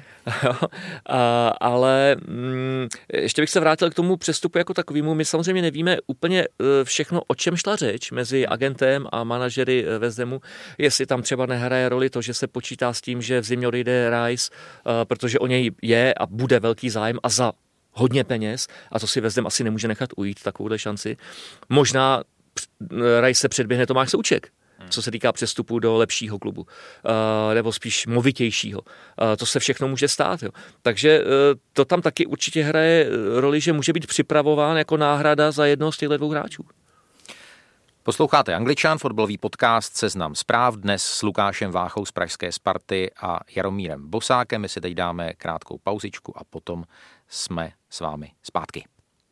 a, ale mm, ještě bych se vrátil k tomu přestupu jako takovému. My samozřejmě nevíme úplně všechno, o čem šla řeč mezi agentem a manažery West Hamu, jestli tam třeba nehraje roli to, že se počítá s tím, že v zimě odejde Rice, protože o něj je a bude velký zájem a za hodně peněz, a to si West Ham asi nemůže nechat ujít, takovouhle šanci. Možná Rice se předběhne Tomáš Souček, co se týká přestupu do lepšího klubu, uh, nebo spíš movitějšího. Uh, to se všechno může stát. Jo. Takže uh, to tam taky určitě hraje roli, že může být připravován jako náhrada za jednoho z těchto dvou hráčů. Posloucháte Angličan, fotbalový podcast Seznam zpráv, dnes s Lukášem Váchou z pražské Sparty a Jaromírem Bosákem. My si teď dáme krátkou pauzičku a potom jsme s vámi zpátky.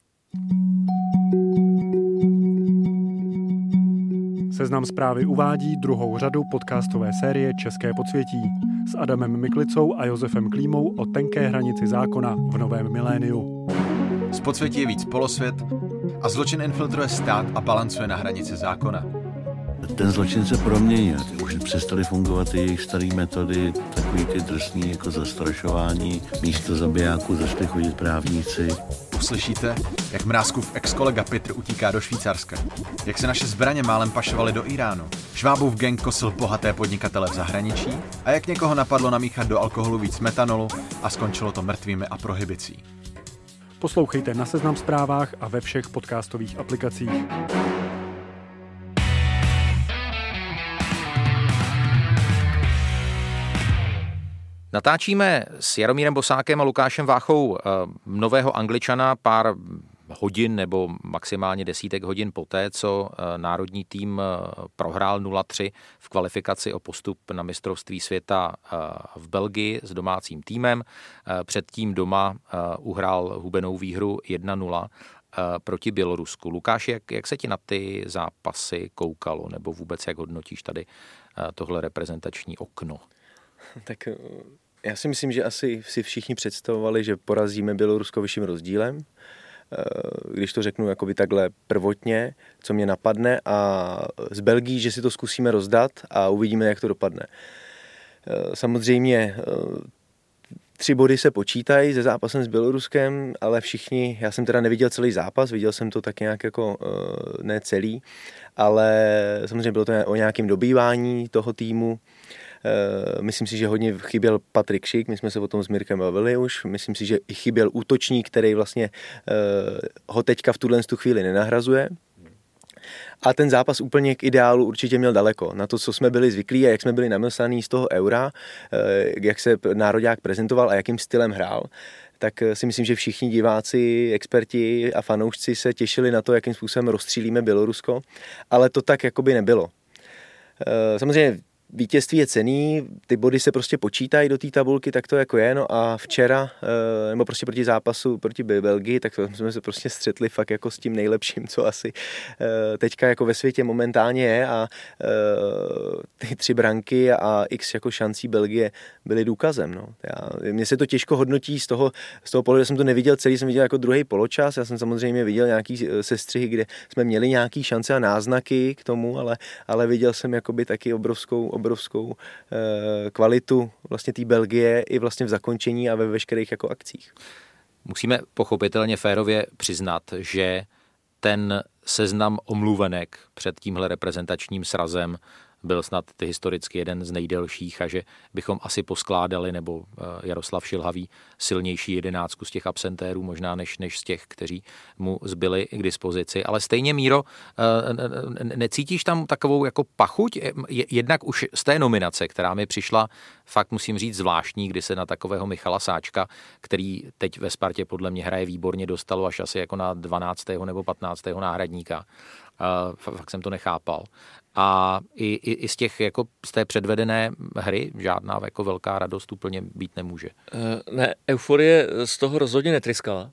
Seznam zprávy uvádí druhou řadu podcastové série České podsvětí s Adamem Miklicou a Josefem Klímou o tenké hranici zákona v novém miléniu. Z podsvětí je víc polosvět a zločin infiltruje stát a balancuje na hranici zákona. Ten zločin se proměnil. Už přestaly fungovat ty jejich staré metody, takový ty drsný jako zastrašování. Místo zabijáků začali chodit právníci. Uslyšíte, jak Mrázkův ex-kolega Petr utíká do Švýcarska. Jak se naše zbraně málem pašovaly do Iránu. Švábův gang kosil bohaté podnikatele v zahraničí a jak někoho napadlo namíchat do alkoholu víc metanolu a skončilo to mrtvými a prohibicí. Poslouchejte na Seznam zprávách a ve všech podcastových aplikacích. Natáčíme s Jaromírem Bosákem a Lukášem Váchou nového Angličana pár hodin nebo maximálně desítek hodin poté, co národní tým prohrál nula tři v kvalifikaci o postup na mistrovství světa v Belgii s domácím týmem. Předtím doma uhrál hubenou výhru jedna nula proti Bělorusku. Lukáš, jak, jak se ti na ty zápasy koukalo, nebo vůbec jak hodnotíš tady tohle reprezentační okno? Tak já si myslím, že asi si všichni představovali, že porazíme Bělorusko vyšším rozdílem. Když to řeknu jakoby takhle prvotně, co mě napadne, a z Belgii, že si to zkusíme rozdat a uvidíme, jak to dopadne. Samozřejmě tři body se počítají se zápasem s Běloruskem, ale všichni, já jsem teda neviděl celý zápas, viděl jsem to tak nějak jako ne celý, ale samozřejmě bylo to o nějakém dobývání toho týmu. Myslím si, že hodně chyběl Patrik Schick, my jsme se o tom s Mirkem bavili už, myslím si, že i chyběl útočník, který vlastně ho teďka v tuhle chvíli nenahrazuje. A ten zápas úplně k ideálu určitě měl daleko. Na to, co jsme byli zvyklí a jak jsme byli namyslení z toho eura, jak se nároďák prezentoval a jakým stylem hrál, tak si myslím, že všichni diváci, experti a fanoušci se těšili na to, jakým způsobem rozstřílíme Bělorusko, ale to tak jakoby nebylo. Samozřejmě vítězství je cenný, ty body se prostě počítají do té tabulky, tak to jako je, no a včera, nebo prostě proti zápasu, proti Belgii, tak jsme se prostě střetli fakt jako s tím nejlepším, co asi teďka jako ve světě momentálně je a ty tři branky a x jako šancí Belgie byly důkazem, no. Já, mně se to těžko hodnotí z toho, z toho pohledu, že jsem to neviděl celý, jsem viděl jako druhý poločas, já jsem samozřejmě viděl nějaký sestřihy, kde jsme měli nějaký šance a náznaky k tomu, ale, ale viděl jsem jakoby taky obrovskou, obrovskou eh, kvalitu vlastně té Belgie i vlastně v zakončení a ve veškerých jako akcích. Musíme pochopitelně férově přiznat, že ten seznam omluvenek před tímhle reprezentačním srazem byl snad ty historicky jeden z nejdelších a že bychom asi poskládali, nebo Jaroslav Šilhavý, silnější jedenáctku z těch absentérů, možná než, než z těch, kteří mu zbyli k dispozici. Ale stejně, Míro, necítíš tam takovou jako pachuť? Jednak už z té nominace, která mi přišla, fakt musím říct zvláštní, kdy se na takového Michala Sáčka, který teď ve Spartě podle mě hraje výborně, dostalo až asi jako na dvanáctého nebo patnáctého náhradníka. Uh, fakt jsem to nechápal. A i, i, i z těch jako z té předvedené hry žádná jako velká radost úplně být nemůže. Uh, ne, euforie z toho rozhodně netryskala.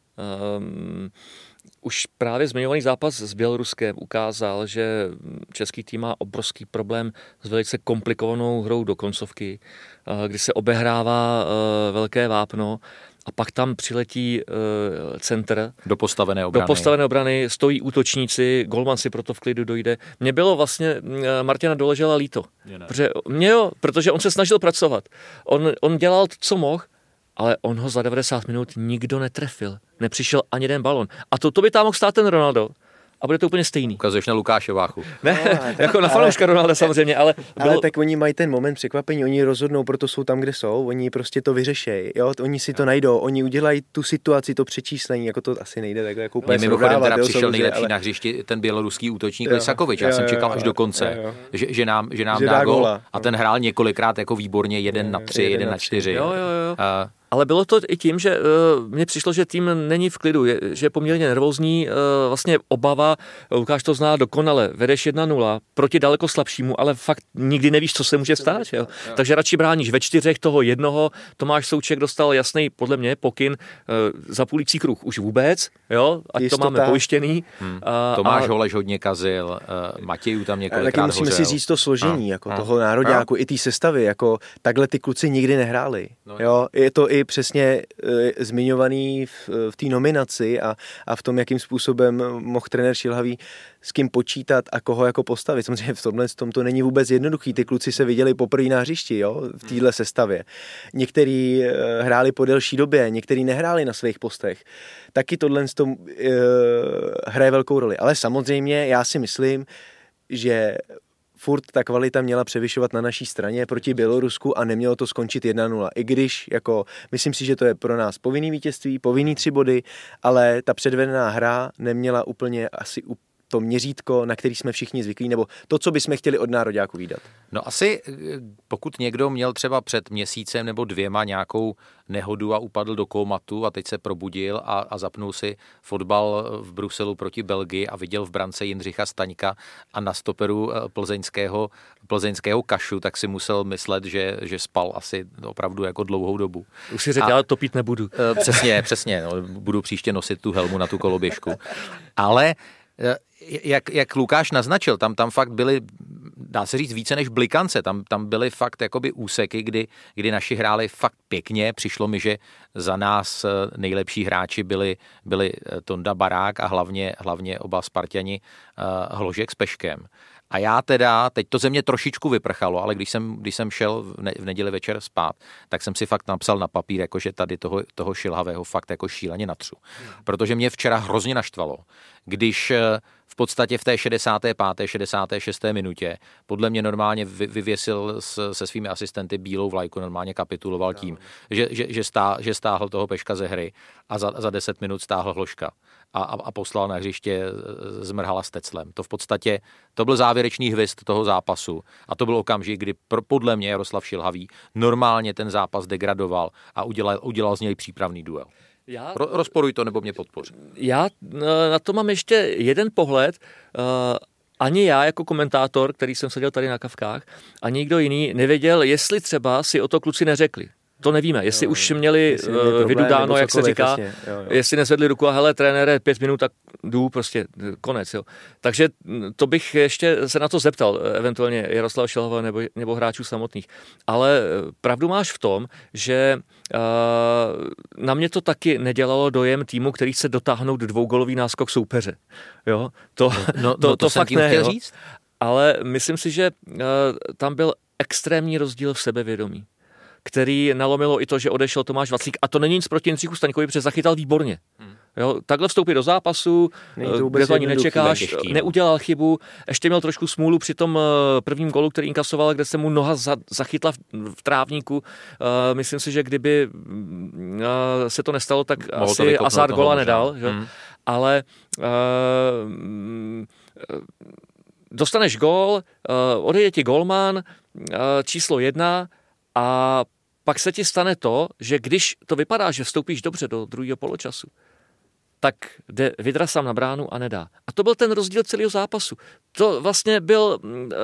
Um, už právě zmiňovaný zápas s Běloruskem ukázal, že český tým má obrovský problém s velice komplikovanou hrou do koncovky, uh, kdy se obehrává uh, velké vápno. A pak tam přiletí uh, centr. Do postavené obrany. Do postavené obrany, stojí útočníci, golman si proto v klidu dojde. Mně bylo vlastně uh, Martina Doležela líto. Protože, mě jo, protože on se snažil pracovat. On, on dělal, co mohl, ale on ho za devadesát minut nikdo netrefil. Nepřišel ani jeden balon. A to, to by tam mohl stát ten Ronaldo. A bude to úplně stejný. Ukazuješ na Lukáše Váchu. Ne, no, jako na fanouška Ronalda samozřejmě, ale... Bylo... Ale tak oni mají ten moment překvapení, oni rozhodnou, proto jsou tam, kde jsou, oni prostě to vyřešejí, jo, oni si to najdou, oni udělají tu situaci, to přečíslení, jako to asi nejde takhle jako úplně srovnávat. Mimochodem teda přišel nejlepší ale... na hřišti ten běloruský útočník Lisakovič, já jo, jsem čekal jo, až do konce, jo, jo. Že, že nám, že nám že dá, dá gól a ten hrál několikrát jako výborně jeden na tři, jeden na čtyři. Jo, jo, jo. A... Ale bylo to i tím, že uh, mně přišlo, že tým není v klidu, je, že je poměrně nervózní, uh, vlastně obava, Lukáš to zná dokonale, vedeš jedna nula proti daleko slabšímu, ale fakt nikdy nevíš, co se může stát. Jo? Takže radši bráníš ve čtyřech toho jednoho, Tomáš Souček dostal jasný, podle mě, pokyn uh, za půlící kruh už vůbec, jo? Ať Jistota. To máme pojištěný. Hmm. Uh, Tomáš a... Holeš hodně kazil, uh, Matějů tam několikrát taky musíme hořel. si říct to složení, a. jako a. toho nároďáku, a. i té sestavy, jako takhle ty kluci nikdy nehráli. No, jo? Je to i přesně e, zmiňovaný v, v té nominaci a, a v tom, jakým způsobem mohl trenér Šilhavý s kým počítat a koho jako postavit. Samozřejmě v tomhle tom to není vůbec jednoduchý. Ty kluci se viděli poprvé na hřišti, jo, v téhle sestavě. Někteří e, hráli po delší době, někteří nehráli na svých postech. Taky tohle tom e, hraje velkou roli. Ale samozřejmě já si myslím, že furt ta kvalita měla převyšovat na naší straně proti Bělorusku a nemělo to skončit jedna nula. I když, jako, myslím si, že to je pro nás povinný vítězství, povinný tři body, ale ta předvedená hra neměla úplně asi to měřítko, na který jsme všichni zvyklí, nebo to, co bychom chtěli od nároďáku vídat. No asi, pokud někdo měl třeba před měsícem nebo dvěma nějakou nehodu a upadl do kómatu a teď se probudil a, a zapnul si fotbal v Bruselu proti Belgii a viděl v brance Jindřicha Staňka a na stoperu plzeňského, plzeňského Kašu, tak si musel myslet, že, že spal asi opravdu jako dlouhou dobu. Už si řekl, já to pít nebudu. Přesně, přesně. No, budu příště nosit tu helmu na tu koloběžku. Ale Jak, jak Lukáš naznačil, tam, tam fakt byly, dá se říct, více než blikance. Tam, tam byly fakt jakoby úseky, kdy, kdy naši hráli fakt pěkně. Přišlo mi, že za nás nejlepší hráči byli, byli Tonda Barák a hlavně, hlavně oba Sparťani uh, Hložek s Peškem. A já teda, teď to ze mě trošičku vyprchalo, ale když jsem, když jsem šel v, ne, v neděli večer spát, tak jsem si fakt napsal na papír, jako že tady toho, toho Šilhavého fakt jako šíleně natřu. Protože mě včera hrozně naštvalo, když v podstatě v té šedesáté páté šedesáté šesté minutě podle mě normálně vy, vyvěsil s, se svými asistenty bílou vlajku, normálně kapituloval tím, že, že, že, stá, že stáhl toho Peška ze hry a za, za deset minut stáhl Hložka a, a, a poslal na hřiště Zmrhala s Teclem. To v podstatě, to byl závěrečný hvizd toho zápasu a to byl okamžik, kdy pro, podle mě Jaroslav Šilhavý normálně ten zápas degradoval a udělal, udělal z něj přípravný duel. Já, Rozporuj to, nebo mě podpoř. Já na to mám ještě jeden pohled. ani já jako komentátor, který jsem seděl tady na kavkách, a nikdo jiný nevěděl, jestli třeba si o to kluci neřekli. To nevíme, jestli jo, už měli jestli uh, vydudáno, jak se říká, jasně, jo, jo. jestli nezvedli ruku a hele, trenére, pět minut, tak jdu, prostě konec. Jo. Takže to bych ještě se na to zeptal, eventuálně Jaroslava Šilhava nebo, nebo hráčů samotných. Ale pravdu máš v tom, že uh, na mě to taky nedělalo dojem týmu, který chce dotáhnout dvougolový náskok soupeře. Jo? To, no, to, no, to, to jsem fakt tím ne, chtěl jo. říct. Ale myslím si, že uh, tam byl extrémní rozdíl v sebevědomí, který nalomilo i to, že odešel Tomáš Vaclík. A to není nic proti Jindřichu Staňkovi, protože zachytal výborně. Hmm. Jo, takhle vstoupit do zápasu, kde to ani nečekáš, neudělal chybu, ještě měl trošku smůlu při tom prvním golu, který inkasoval, kde se mu noha za, zachytla v, v trávníku. Uh, myslím si, že kdyby uh, se to nestalo, tak Mohl asi Azar gola nedal. Že? Hmm. Ale uh, dostaneš gól, uh, odejde ti golman, uh, číslo jedna, a pak se ti stane to, že když to vypadá, že vstoupíš dobře do druhého poločasu, tak jde Vydra sám na bránu a nedá. A to byl ten rozdíl celého zápasu. To vlastně byl, uh, uh,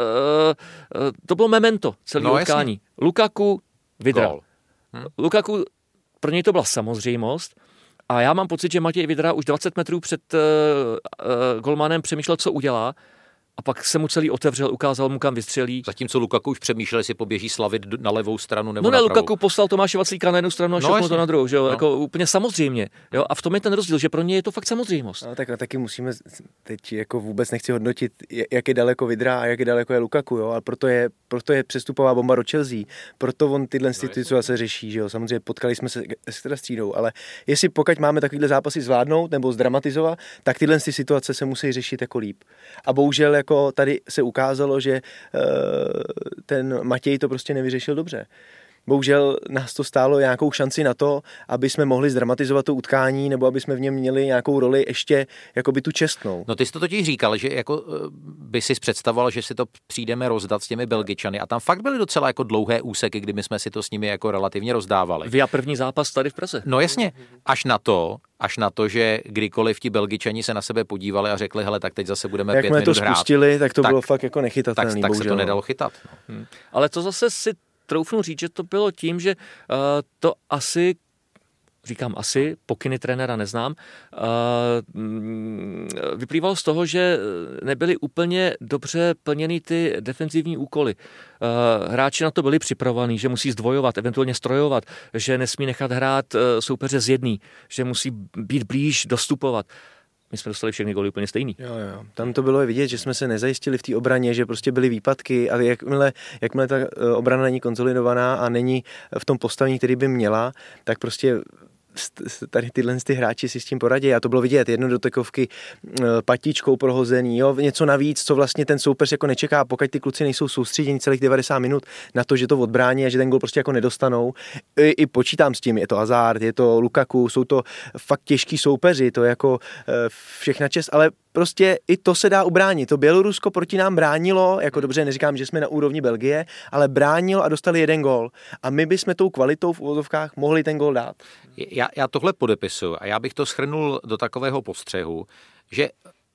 to bylo memento celého no, utkání. Lukaku, Vydra. Hm. Lukaku, pro něj to byla samozřejmost a já mám pocit, že Matěj Vydra už dvacet metrů před uh, uh, golmanem přemýšlel, co udělá. A pak se mu celý otevřel, ukázal mu, kam vystřelí. Zatímco Lukaku už přemýšlel, jestli poběží slavit na levou stranu nebo no na ne, pravou. Lukaku poslal Tomáše Vaclíka na jednu stranu a šel no, to na druhou. Že jo? No. Jako úplně samozřejmě. Jo? A v tom je ten rozdíl, že pro ně je to fakt samozřejmost. No, tak a taky musíme, teď jako vůbec nechci hodnotit, jak je daleko Vydra a jak je daleko je Lukaku, jo? Ale proto je, proto je přestupová bomba do Chelsea. Proto on tyhle situace řeší. Že jo? Samozřejmě potkali jsme se s Střídou, ale jestli pokud máme takovýhle zápasy zvládnout nebo zdramatizovat, tak tyhle situace se musí řešit jako líp. A bohužel jako tady se ukázalo, že uh, ten Matěj to prostě nevyřešil dobře. Bohužel nás to stálo nějakou šanci na to, aby jsme mohli zdramatizovat to utkání, nebo aby jsme v něm měli nějakou roli ještě jakoby tu čestnou. No ty jsi to totiž říkal, že jako by si představoval, že si to přijdeme rozdat s těmi Belgičany a tam fakt byly docela jako dlouhé úseky, kdy my jsme si to s nimi jako relativně rozdávali. Vy a první zápas tady v Praze. No jasně, až na to, až na to, že kdykoliv ti Belgičani se na sebe podívali a řekli, hele, tak teď zase budeme jak pět minut to spustili, hrát. tak to tak, bylo fakt jako nechytatelný. Tak, tak bohužel. se to nedalo chytat. No. Hmm. Ale to zase si troufnu říct, že to bylo tím, že uh, to asi, říkám asi, pokyny trenéra neznám, uh, vyplývalo z toho, že nebyly úplně dobře plněny ty defenzivní úkoly. Uh, hráči na to byli připravovaní, že musí zdvojovat, eventuálně strojovat, že nesmí nechat hrát uh, soupeře z jedný, že musí být blíž, dostupovat. My jsme dostali všechny góly úplně stejný. Jo, jo. Tam to bylo vidět, že jsme se nezajistili v té obraně, že prostě byly výpadky a jakmile, jakmile ta obrana není konsolidovaná a není v tom postavení, který by měla, tak prostě tady tyhle ty hráči si s tím poradí a to bylo vidět, jedno dotekovky patičkou prohozený, jo, něco navíc, co vlastně ten soupeř jako nečeká, pokud ty kluci nejsou soustředěni celých devadesát minut na to, že to odbrání a že ten gol prostě jako nedostanou. I, i počítám s tím, je to Hazard, je to Lukaku, jsou to fakt těžký soupeři, to je jako všechna čest, ale prostě i to se dá ubránit. To Bělorusko proti nám bránilo, jako dobře, neříkám, že jsme na úrovni Belgie, ale bránilo a dostali jeden gól. A my bychom tou kvalitou v uvozovkách mohli ten gól dát. Já, já tohle podepisuju a já bych to shrnul do takového postřehu, že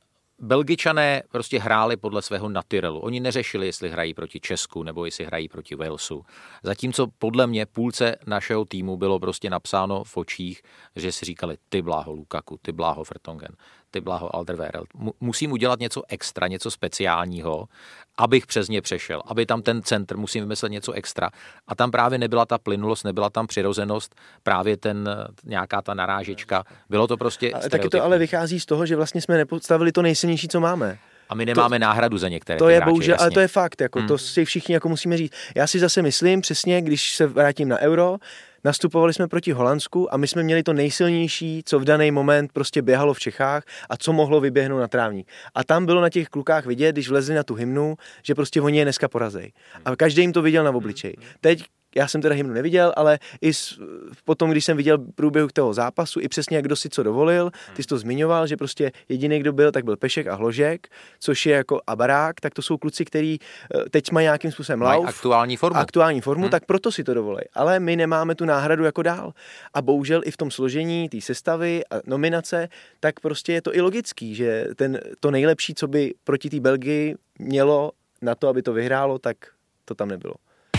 Belgičané prostě hráli podle svého naturelu. Oni neřešili, jestli hrají proti Česku nebo jestli hrají proti Walesu. Zatímco podle mě půlce našeho týmu bylo prostě napsáno v očích, že si říkali ty bláho Lukaku, ty bláho Vertonghen, ty bláho Alderweireld. Musím udělat něco extra, něco speciálního, abych přes ně přešel, aby tam ten centr, musím vymyslet něco extra. A tam právě nebyla ta plynulost, nebyla tam přirozenost, právě ten nějaká ta narážečka. Bylo to prostě a taky to ale vychází z toho, že vlastně jsme nepodstavili to nejsilnější, co máme. A my nemáme to, náhradu za některé to ty je hráče, bohužel, jasně. Ale to je fakt, jako, hmm. to si všichni jako musíme říct. Já si zase myslím, přesně, když se vrátím na Euro, nastupovali jsme proti Holandsku a my jsme měli to nejsilnější, co v daný moment prostě běhalo v Čechách a co mohlo vyběhnout na trávník. A tam bylo na těch klukách vidět, když vlezli na tu hymnu, že prostě oni je dneska porazej. A každý jim to viděl na obličeji. Teď já jsem teda hymnu neviděl, ale i s, potom, když jsem viděl průběhu toho zápasu, i přesně jak kdo si co dovolil, ty jsi to zmiňoval, že prostě jediný, kdo byl, tak byl Pešek a Hložek, což je jako a Barák, tak to jsou kluci, který teď mají nějakým způsobem lauf, aktuální formu, aktuální formu hmm. tak proto si to dovolej. Ale my nemáme tu náhradu jako dál. A bohužel i v tom složení té sestavy a nominace, tak prostě je to i logický, že ten, to nejlepší, co by proti té Belgii mělo na to, aby to vyhrálo, tak to tam nebylo.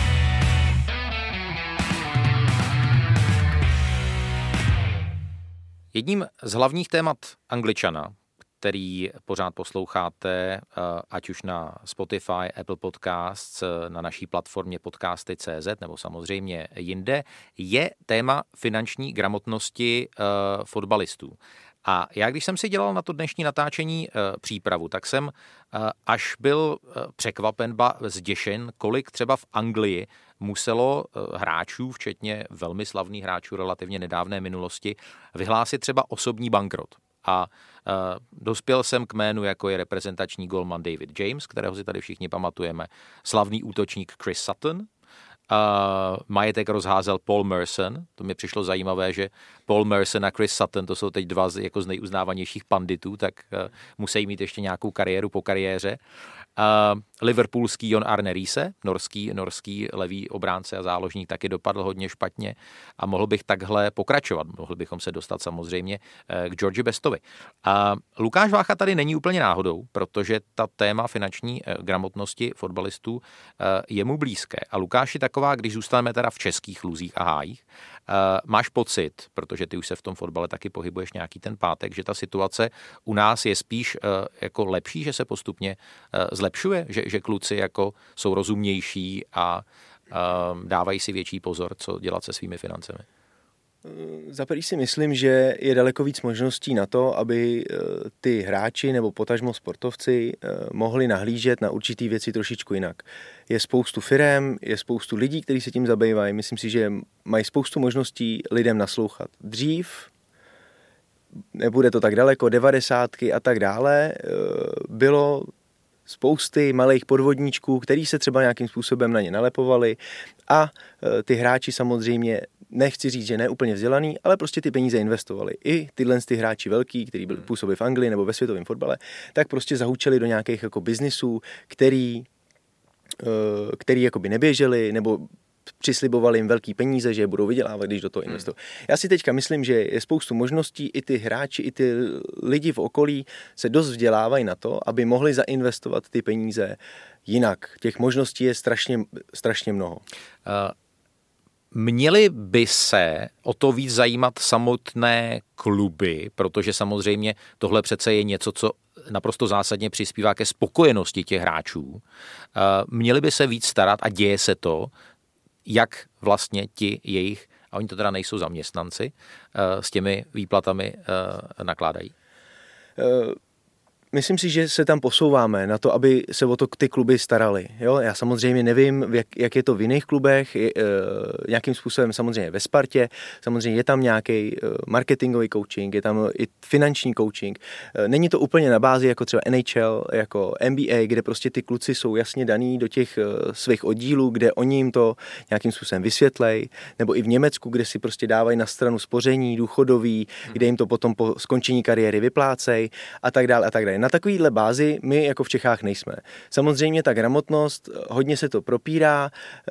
Jedním z hlavních témat Angličana, který pořád posloucháte, ať už na Spotify, Apple Podcasts, na naší platformě podcasty tečka cé zet nebo samozřejmě jinde, je téma finanční gramotnosti fotbalistů. A já, když jsem si dělal na to dnešní natáčení e, přípravu, tak jsem e, až byl e, překvapen, ba zděšen, kolik třeba v Anglii muselo e, hráčů, včetně velmi slavných hráčů relativně nedávné minulosti, vyhlásit třeba osobní bankrot. A e, dospěl jsem k jménu, jako je reprezentační golman David James, kterého si tady všichni pamatujeme, slavný útočník Chris Sutton, Uh, majetek rozházel Paul Merson. To mi přišlo zajímavé, že Paul Merson a Chris Sutton, to jsou teď dva z, jako z nejuznávanějších panditů, tak uh, musí mít ještě nějakou kariéru po kariéře. Uh, liverpoolský Jon Arne Riise, norský, norský levý obránce a záložník, taky dopadl hodně špatně a mohl bych takhle pokračovat. Mohli bychom se dostat samozřejmě uh, k Georgi Bestovi. Uh, Lukáš Vácha tady není úplně náhodou, protože ta téma finanční uh, gramotnosti fotbalistů uh, je mu blízké. A Lukáši, taková, když zůstaneme teda v českých luzích a hájích, uh, máš pocit, protože ty už se v tom fotbale taky pohybuješ nějaký ten pátek, že ta situace u nás je spíš uh, jako lepší, že se postupně uh, zlepšuje, že, že kluci jako jsou rozumnější a uh, dávají si větší pozor, co dělat se svými financemi? Za první si myslím, že je daleko víc možností na to, aby ty hráči nebo potažmo sportovci mohli nahlížet na určitý věci trošičku jinak. Je spoustu firem, je spoustu lidí, kteří se tím zabývají. Myslím si, že mají spoustu možností lidem naslouchat. Dřív, nebude to tak daleko, devadesátky a tak dále, bylo spousty malých podvodníčků, který se třeba nějakým způsobem na ně nalepovali a ty hráči samozřejmě, nechci říct, že ne úplně vzdělaný, ale prostě ty peníze investovali. I tyhle ty hráči velký, kteří byli působili v Anglii nebo ve světovém fotbale, tak prostě zahučeli do nějakých jako biznisů, který, který jakoby neběželi nebo přislibovali jim velký peníze, že je budou vydělávat, když do toho investují. Já si teďka myslím, že je spoustu možností, i ty hráči, i ty lidi v okolí se dost vzdělávají na to, aby mohli zainvestovat ty peníze jinak. Těch možností je strašně, strašně mnoho. Uh... Měly by se o to víc zajímat samotné kluby, protože samozřejmě tohle přece je něco, co naprosto zásadně přispívá ke spokojenosti těch hráčů. Měli by se víc starat, a děje se to, jak vlastně ti jejich, a oni to teda nejsou zaměstnanci, s těmi výplatami nakládají? Uh... Myslím si, že se tam posouváme na to, aby se o to ty kluby starali. Jo? Já samozřejmě nevím, jak, jak je to v jiných klubech, je, e, nějakým způsobem samozřejmě ve Spartě, samozřejmě je tam nějaký e, marketingový coaching, je tam i finanční coaching. E, není to úplně na bázi jako třeba N H L, jako N B A, kde prostě ty kluci jsou jasně daný do těch e, svých oddílů, kde oni jim to nějakým způsobem vysvětlej, nebo i v Německu, kde si prostě dávají na stranu spoření, důchodový, hmm. kde jim to potom po skončení kariéry vyplácej a tak dále a tak dále. Na takovýhle bázi my jako v Čechách nejsme. Samozřejmě ta gramotnost, hodně se to propírá,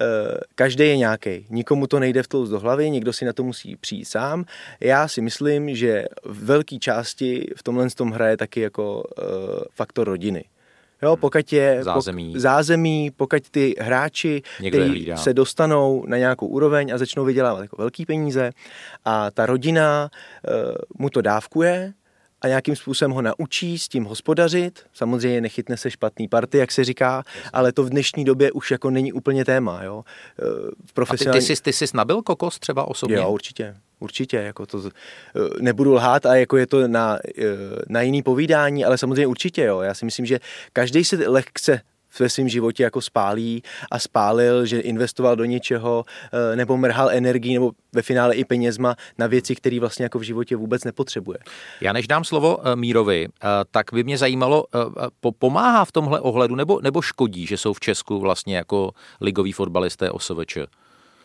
každý je nějaký. Nikomu to nejde vtloust do hlavy, někdo si na to musí přijít sám. Já si myslím, že v velké části v tomhle tom hraje taky jako faktor rodiny. Jo, pokud je zázemí, pok, zázemí pokud ty hráči kteří se dostanou na nějakou úroveň a začnou vydělávat jako velký peníze a ta rodina mu to dávkuje, a nějakým způsobem ho naučí s tím hospodařit. Samozřejmě nechytne se špatný party, jak se říká, ale to v dnešní době už jako není úplně téma. Jo. Profesionální... A ty, ty, jsi, ty jsi nabil kokos třeba osobně? Jo, určitě. Určitě, jako to nebudu lhát a jako je to na, na jiný povídání, ale samozřejmě určitě, jo. Já si myslím, že každý se lehce ve svém životě jako spálí a spálil, že investoval do něčeho nebo mrhal energii nebo ve finále i penězma na věci, které vlastně jako v životě vůbec nepotřebuje. Já než dám slovo Mírovi, tak by mě zajímalo, pomáhá v tomhle ohledu nebo, nebo škodí, že jsou v Česku vlastně jako ligoví fotbalisté O S V Č?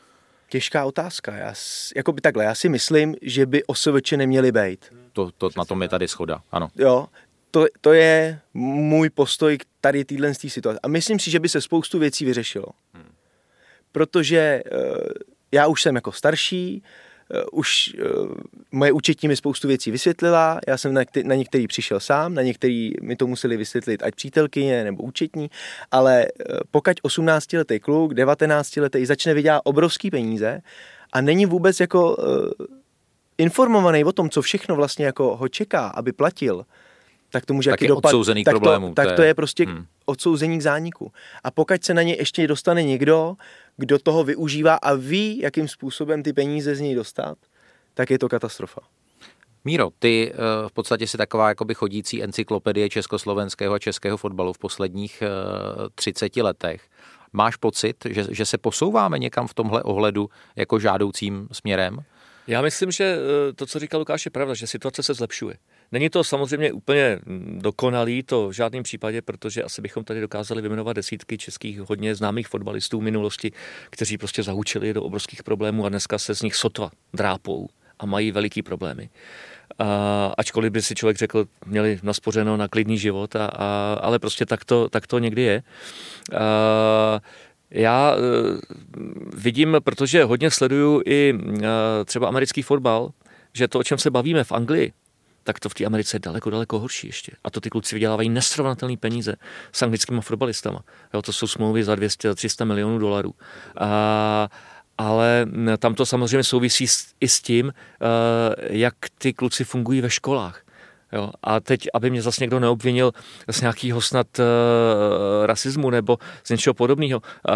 Těžká otázka. Já, jako by takhle, já si myslím, že by O S V Č neměly být. To, to, na tom je tady shoda, ano. Jo, to, to je můj postoj k tady téhle situace. A myslím si, že by se spoustu věcí vyřešilo. Hmm. Protože uh, já už jsem jako starší, uh, už uh, moje účetní mi spoustu věcí vysvětlila, já jsem na, na některý přišel sám, na některý mi to museli vysvětlit ať přítelkyně nebo účetní, ale uh, pokud osmnáctiletý kluk, devatenáctiletý začne vydělat obrovský peníze a není vůbec jako uh, informovaný o tom, co všechno vlastně jako ho čeká, aby platil, tak to může tak jaký je dopad, odsouzený tak, problémů, to, tak to je, to je prostě hmm. odsouzení k zániku. A pokud se na ně ještě dostane někdo, kdo toho využívá a ví, jakým způsobem ty peníze z něj dostat, tak je to katastrofa. Míro, ty v podstatě jsi taková jakoby chodící encyklopedie československého a českého fotbalu v posledních třiceti letech. Máš pocit, že, že se posouváme někam v tomhle ohledu jako žádoucím směrem? Já myslím, že to, co říkal Lukáš, je pravda, že situace se zlepšuje. Není to samozřejmě úplně dokonalý, to v žádném případě, protože asi bychom tady dokázali vyjmenovat desítky českých hodně známých fotbalistů v minulosti, kteří prostě zahučili do obrovských problémů a dneska se z nich sotva drápou a mají veliký problémy. A, ačkoliv by si člověk řekl, měli naspořeno na klidný život, a, a, ale prostě tak to, tak to někdy je. A, Já e, vidím, protože hodně sleduju i e, třeba americký fotbal, že to, o čem se bavíme v Anglii, tak to v té Americe je daleko, daleko horší ještě. A to ty kluci vydělávají nesrovnatelné peníze s anglickými fotbalistama. Jo, to jsou smlouvy za dvě stě, tři sta milionů dolarů. A, ale tam to samozřejmě souvisí s, i s tím, e, jak ty kluci fungují ve školách. Jo, a teď, aby mě zase někdo neobvinil z nějakého snad uh, rasismu nebo z něčeho podobného. Uh,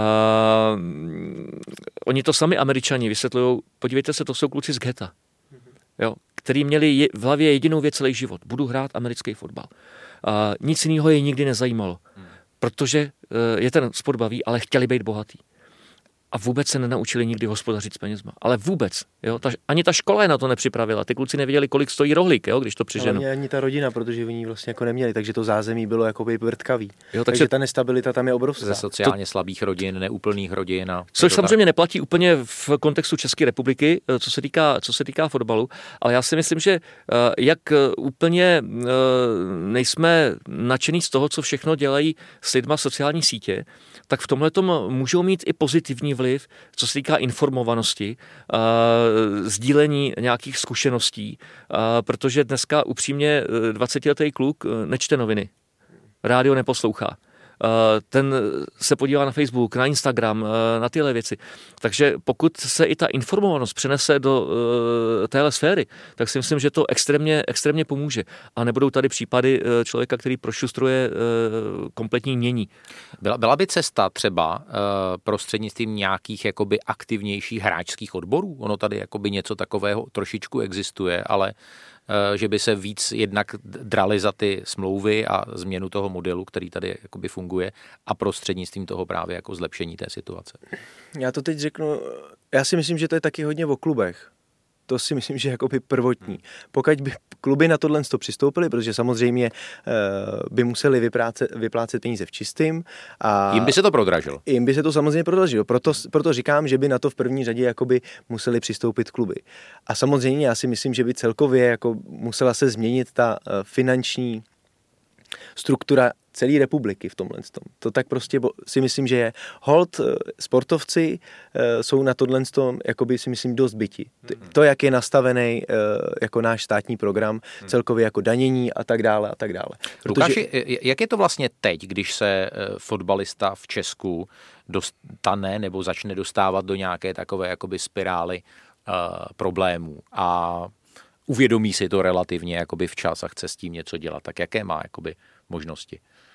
oni to sami Američani vysvětlují, podívejte se, to jsou kluci z ghetta, jo, který měli je, v hlavě jedinou věc celý život. Budu hrát americký fotbal. Uh, nic jiného je nikdy nezajímalo, protože uh, je ten sport baví, ale chtěli být bohatý. A vůbec se nenaučili nikdy hospodařit s penězma. Ale vůbec. Jo? Ta, ani ta škola je na to nepřipravila. Ty kluci nevěděli, kolik stojí rohlík, jo? Když to přiženu. Ale ani ta rodina, protože oni vlastně jako neměli, takže to zázemí bylo jakoby vrtkavý. Jo, takže, takže ta nestabilita tam je obrovská. Ze sociálně to, slabých rodin, neúplných rodin. A což samozřejmě neplatí úplně v kontextu České republiky, co se týká, co se týká fotbalu, ale já si myslím, že jak úplně nejsme nadšený z toho, co všechno dělají s lidma sociální sítě, tak v tomhletom můžou mít i pozitivní vliv, co se týká informovanosti, uh, sdílení nějakých zkušeností, uh, protože dneska upřímně dvacetiletý kluk nečte noviny, rádio neposlouchá. Ten se podívá na Facebook, na Instagram, na tyhle věci. Takže pokud se i ta informovanost přenese do téhle sféry, tak si myslím, že to extrémně, extrémně pomůže. A nebudou tady případy člověka, který prošustruje kompletní mění. Byla, byla by cesta třeba prostřednictvím nějakých jakoby aktivnějších hráčských odborů? Ono tady jakoby něco takového trošičku existuje, ale že by se víc jednak drali za ty smlouvy a změnu toho modelu, který tady jakoby funguje, a prostřednictvím toho právě jako zlepšení té situace. Já to teď řeknu, já si myslím, že to je taky hodně o klubech. To si myslím, že je jakoby prvotní. Pokud by kluby na tohle přistoupily, protože samozřejmě uh, by museli vyplácet, vyplácet peníze v čistým. A jim by se to prodražilo. Jim by se to samozřejmě prodražilo. Proto, proto říkám, že by na to v první řadě jakoby museli přistoupit kluby. A samozřejmě já si myslím, že by celkově jako musela se změnit ta uh, finanční struktura celé republiky v tomhle. To tak prostě si myslím, že je. Hold, sportovci jsou na tohle jakoby si myslím dost byti. To, jak je nastavený jako náš státní program, celkově jako danění a tak dále a tak dále. Protože... Lukáši, jak je to vlastně teď, když se fotbalista v Česku dostane nebo začne dostávat do nějaké takové jakoby spirály uh, problémů a uvědomí si to relativně jakoby včas a chce s tím něco dělat, tak jaké má jakoby možnosti?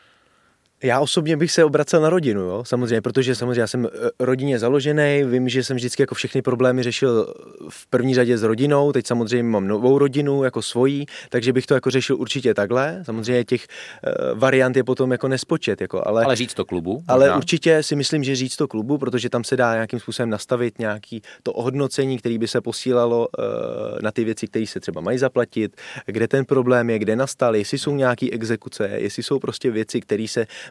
Já osobně bych se obracel na rodinu, jo? Samozřejmě, protože samozřejmě já jsem rodině založený, vím, že jsem vždycky jako všechny problémy řešil v první řadě s rodinou, teď samozřejmě mám novou rodinu, jako svojí, takže bych to jako řešil určitě takhle, samozřejmě těch uh, variant je potom jako nespočet, jako, ale... Ale říct to klubu? Ale možná. Určitě si myslím, že říct to klubu, protože tam se dá nějakým způsobem nastavit nějaký to ohodnocení, který by se posílalo uh, na ty věci, které se třeba mají zaplatit, kde ten problém je, kde nastal, jestli jsou nějaký exekuce, jestli jsou prostě věci, které se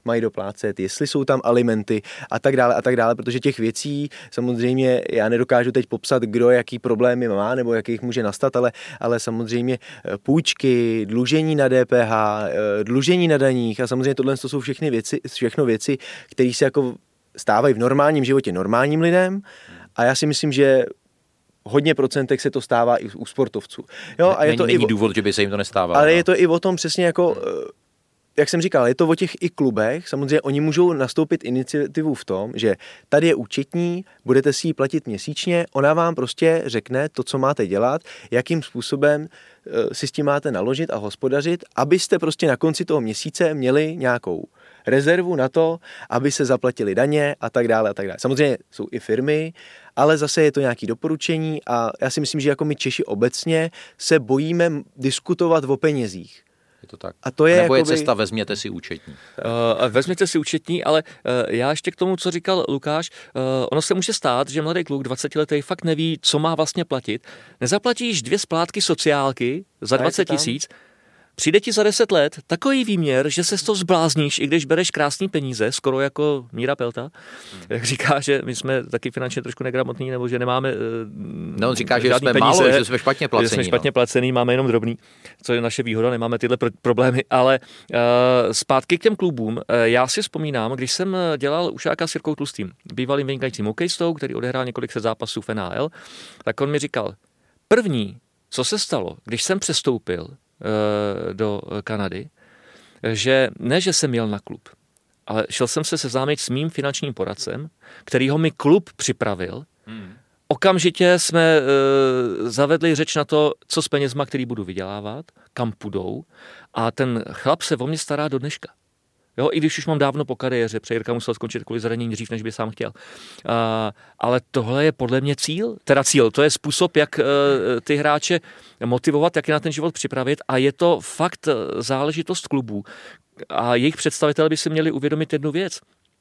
mají doplácet, jestli jsou tam alimenty a tak dále a tak dále, protože těch věcí samozřejmě já nedokážu teď popsat, kdo jaký problémy má nebo jakých může nastat, ale, ale samozřejmě půjčky, dlužení na D P H, dlužení na daních a samozřejmě tohle to jsou všechny věci, všechno věci, které se jako stávají v normálním životě normálním lidem a já si myslím, že hodně procentek se to stává i u sportovců. Jo, a je není, to není i o, důvod, že by se jim to nestávalo. Ale no. je to i o tom přesně jako, jak jsem říkal, je to o těch i klubech, samozřejmě oni můžou nastoupit iniciativu v tom, že tady je účetní, budete si ji platit měsíčně, ona vám prostě řekne to, co máte dělat, jakým způsobem si s tím máte naložit a hospodařit, abyste prostě na konci toho měsíce měli nějakou rezervu na to, aby se zaplatili daně a tak dále a tak dále. Samozřejmě jsou i firmy, ale zase je to nějaké doporučení a já si myslím, že jako my Češi obecně se bojíme diskutovat o penězích. Je to tak. A to je Nebo je jakoby... cesta, vezměte si účetní. Uh, vezměte si účetní, ale uh, já ještě k tomu, co říkal Lukáš, uh, ono se může stát, že mladý kluk dvacetiletý fakt neví, co má vlastně platit. Nezaplatíš dvě splátky sociálky za dvacet tisíc, přijde ti za deset let takový výměr, že se z toho zblázníš, i když bereš krásný peníze, skoro jako Míra Pelta, hmm. jak říká, že my jsme taky finančně trošku negramotní, nebo že nemáme no, on říká, že jsme peníze, málo, že jsme špatně placení. Že jsme špatně no. placený, máme jenom drobný, co je naše výhoda, nemáme tyhle pr- problémy, ale uh, zpátky k těm klubům. Uh, já si vzpomínám, když jsem dělal ušáka s Jirkou Tlustým, bývalým vynikajícím hokejistou, který odehrál několik set zápasů v N H L, tak on mi říkal, první, co se stalo, když jsem přestoupil do Kanady, že ne, že jsem jel na klub, ale šel jsem se seznámit s mým finančním poradcem, kterýho mi klub připravil. Hmm. Okamžitě jsme uh, zavedli řeč na to, co s penězma, který budu vydělávat, kam půjdou a ten chlap se o mě stará do dneška. Jo, i když už mám dávno po kariéře, protože Jirka musel skončit kvůli zranění dřív, než by sám chtěl. Uh, ale tohle je podle mě cíl, teda cíl, to je způsob, jak uh, ty hráče motivovat, jak je na ten život připravit a je to fakt záležitost klubů. A jejich představitelé by si měli uvědomit jednu věc.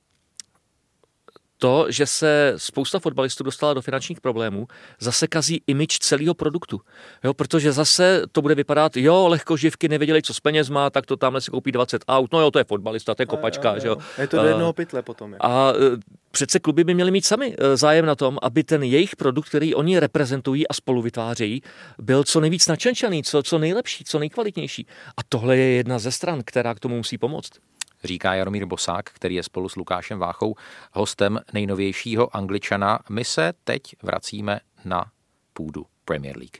To, že se spousta fotbalistů dostala do finančních problémů, zase kazí image celého produktu. Jo, protože zase to bude vypadat, jo, lehkoživky nevěděli, co s penězma, tak to tamhle si koupí dvacet aut, no jo, to je fotbalista, to je kopačka. A, jo, že jo. Je to do jednoho pytle potom. Jako. A přece kluby by měly mít sami zájem na tom, aby ten jejich produkt, který oni reprezentují a spolu vytvářejí, byl co nejvíc načenčaný, co, co nejlepší, co nejkvalitnější. A tohle je jedna ze stran, která k tomu musí pomoct. Říká Jaromír Bosák, který je spolu s Lukášem Váchou hostem nejnovějšího Angličana. My se teď vracíme na půdu Premier League.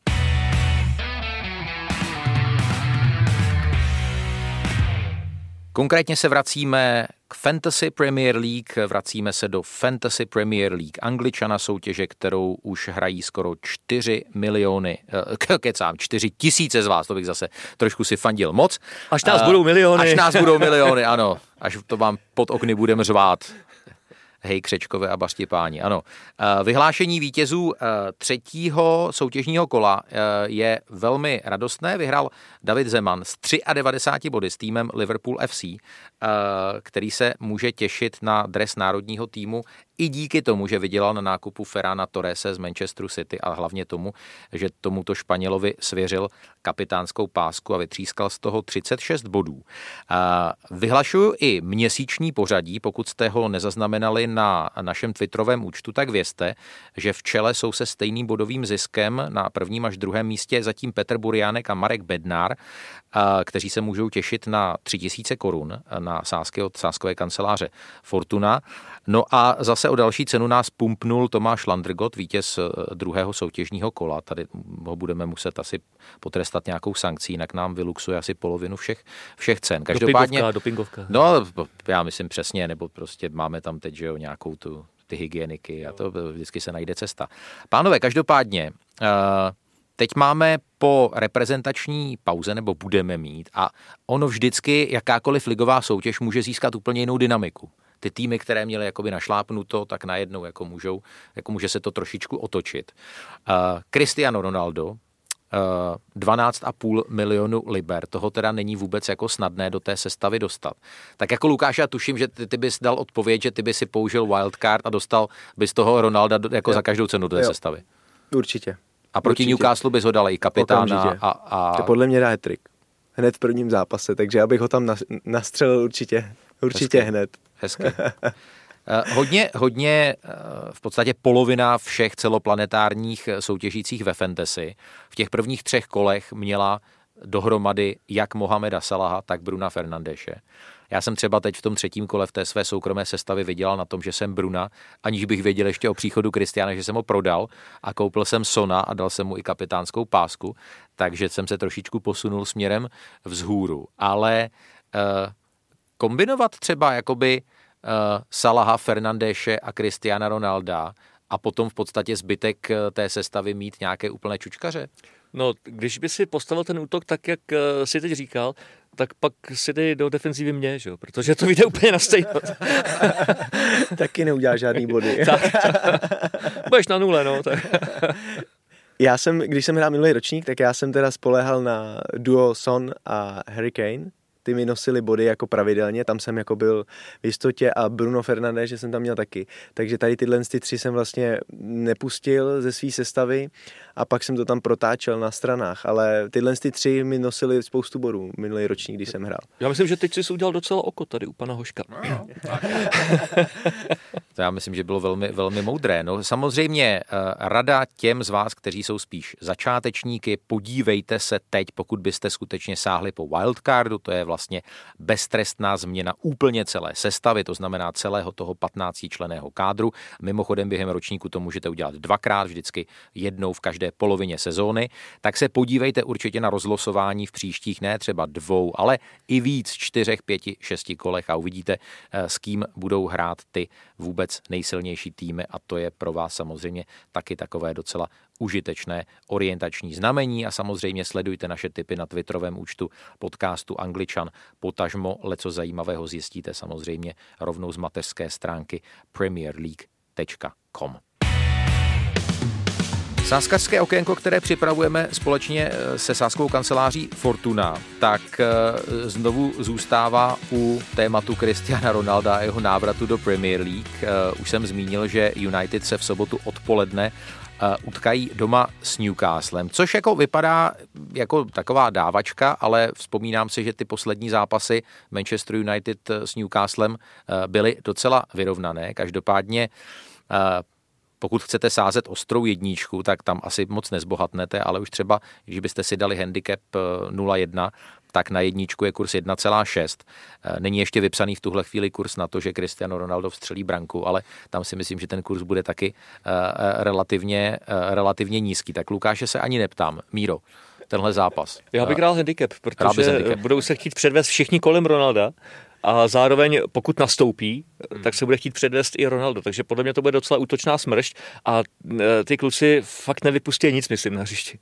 Konkrétně se vracíme k Fantasy Premier League, vracíme se do Fantasy Premier League Angličana, soutěže, kterou už hrají skoro čtyři miliony, kecám, čtyři tisíce z vás, to bych zase trošku si fandil moc. Až nás uh, budou miliony. Až nás budou miliony, ano, až to vám pod okny budeme řvát. Hej, křečkové a bastěpáni, ano. Vyhlášení vítězů třetího soutěžního kola je velmi radostné. Vyhrál David Zeman s devadesát tři body s týmem Liverpool F C, který se může těšit na dres národního týmu i díky tomu, že vydělal na nákupu Ferrana Torrese z Manchesteru City a hlavně tomu, že tomuto Španělovi svěřil kapitánskou pásku a vytřískal z toho třicet šest bodů. Vyhlašuju i měsíční pořadí, pokud jste ho nezaznamenali na našem twitterovém účtu, tak vězte, že v čele jsou se stejným bodovým ziskem na prvním až druhém místě zatím Petr Buriánek a Marek Bednár, kteří se můžou těšit na tři tisíce korun na sázky od sázkové kanceláře Fortuna. No a zase o další cenu nás pumpnul Tomáš Landrgot, vítěz druhého soutěžního kola. Tady ho budeme muset asi potrestat nějakou sankcí, jinak nám vyluxuje asi polovinu všech, všech cen. Každopádně, dopingovka, dopingovka. No, já myslím přesně, nebo prostě máme tam teď, že jo, nějakou tu, ty hygieniky a to vždycky se najde cesta. Pánové, každopádně, uh, teď máme po reprezentační pauze, nebo budeme mít, a ono vždycky, jakákoliv ligová soutěž může získat úplně jinou dynamiku. Ty týmy, které měly jakoby našlápnuto, tak najednou jako můžou, jako může se to trošičku otočit. Uh, Cristiano Ronaldo, uh, dvanáct a půl milionu liber, toho teda není vůbec jako snadné do té sestavy dostat. Tak jako Lukáš, já tuším, že ty, ty bys dal odpověď, že ty bys si použil wildcard a dostal bys toho Ronalda do, jako jo. za každou cenu do té jo. sestavy. Určitě. A proti Určitě. Newcastle bys ho dal i kapitána. A, a... To podle mě dá hat-trick. Hned v prvním zápase, takže já bych ho tam nastřelil určitě. Určitě Hezky. hned. Hezky. Hodně, hodně, v podstatě polovina všech celoplanetárních soutěžících ve fantasy v těch prvních třech kolech měla dohromady jak Mohameda Salaha, tak Bruna Fernandéše. Já jsem třeba teď v tom třetím kole v té své soukromé sestavě vydělal na tom, že jsem Bruna, aniž bych věděl ještě o příchodu Kristiána, že jsem ho prodal a koupil jsem Sona a dal jsem mu i kapitánskou pásku, takže jsem se trošičku posunul směrem vzhůru. Ale uh, kombinovat třeba jakoby uh, Salaha, Fernandéše a Cristiana Ronalda a potom v podstatě zbytek té sestavy mít nějaké úplné čučkaře? No, když by si postavil ten útok tak, jak si teď říkal, tak pak si dej do defenzívy mě, že jo? Protože to vyjde úplně na stejno. Taky neudělá žádný body. tak, budeš na nule, no. Tak. Já jsem, když jsem hrál minulý ročník, tak já jsem teda spoléhal na duo Son a Harry Kane. Ty mi nosili body jako pravidelně, tam jsem jako byl v jistotě a Bruno Fernandes, že jsem tam měl taky. Takže tady tyhle ty tři jsem vlastně nepustil ze své sestavy a pak jsem to tam protáčel na stranách, ale tyhle ty tři mi nosili spoustu bodů minulý ročník, když jsem hrál. Já myslím, že teď jsi udělal docela oko tady u pana Hoška. No, to já myslím, že bylo velmi, velmi moudré. No, samozřejmě rada těm z vás, kteří jsou spíš začátečníky, podívejte se teď, pokud byste skutečně sáhli po wildcardu, to je vlastně beztrestná změna úplně celé sestavy, to znamená celého toho patnáctičlenného kádru. Mimochodem během ročníku to můžete udělat dvakrát, vždycky jednou v každé polovině sezóny. Tak se podívejte určitě na rozlosování v příštích ne třeba dvou, ale i víc, čtyřech, pěti, šesti kolech a uvidíte, s kým budou hrát ty vůbec nejsilnější týmy a to je pro vás samozřejmě taky takové docela užitečné orientační znamení a samozřejmě sledujte naše tipy na twitterovém účtu podcastu Angličan. Potažmo leco zajímavého zjistíte samozřejmě rovnou z mateřské stránky premier league tečka com. Sázkařské okénko, které připravujeme společně se sázkovou kanceláří Fortuna, tak znovu zůstává u tématu Cristiana Ronalda a jeho návratu do Premier League. Už jsem zmínil, že United se v sobotu odpoledne utkají doma s Newcastlem, což jako vypadá jako taková dávačka, ale vzpomínám si, že ty poslední zápasy Manchester United s Newcastlem byly docela vyrovnané. Každopádně pokud chcete sázet ostrou jedničku, tak tam asi moc nezbohatnete, ale už třeba, když byste si dali handicap nula jedna, tak na jedničku je kurz jedna celá šest. Není ještě vypsaný v tuhle chvíli kurz na to, že Cristiano Ronaldo vstřelí branku, ale tam si myslím, že ten kurz bude taky relativně, relativně nízký. Tak Lukáše se ani neptám. Míro, tenhle zápas. Já bych hrál handicap, protože handicap. Budou se chtít předvést všichni kolem Ronalda. A zároveň, pokud nastoupí, hmm. tak se bude chtít předvést i Ronaldo. Takže podle mě to bude docela útočná smršť a ty kluci fakt nevypustí nic, myslím, na hřišti.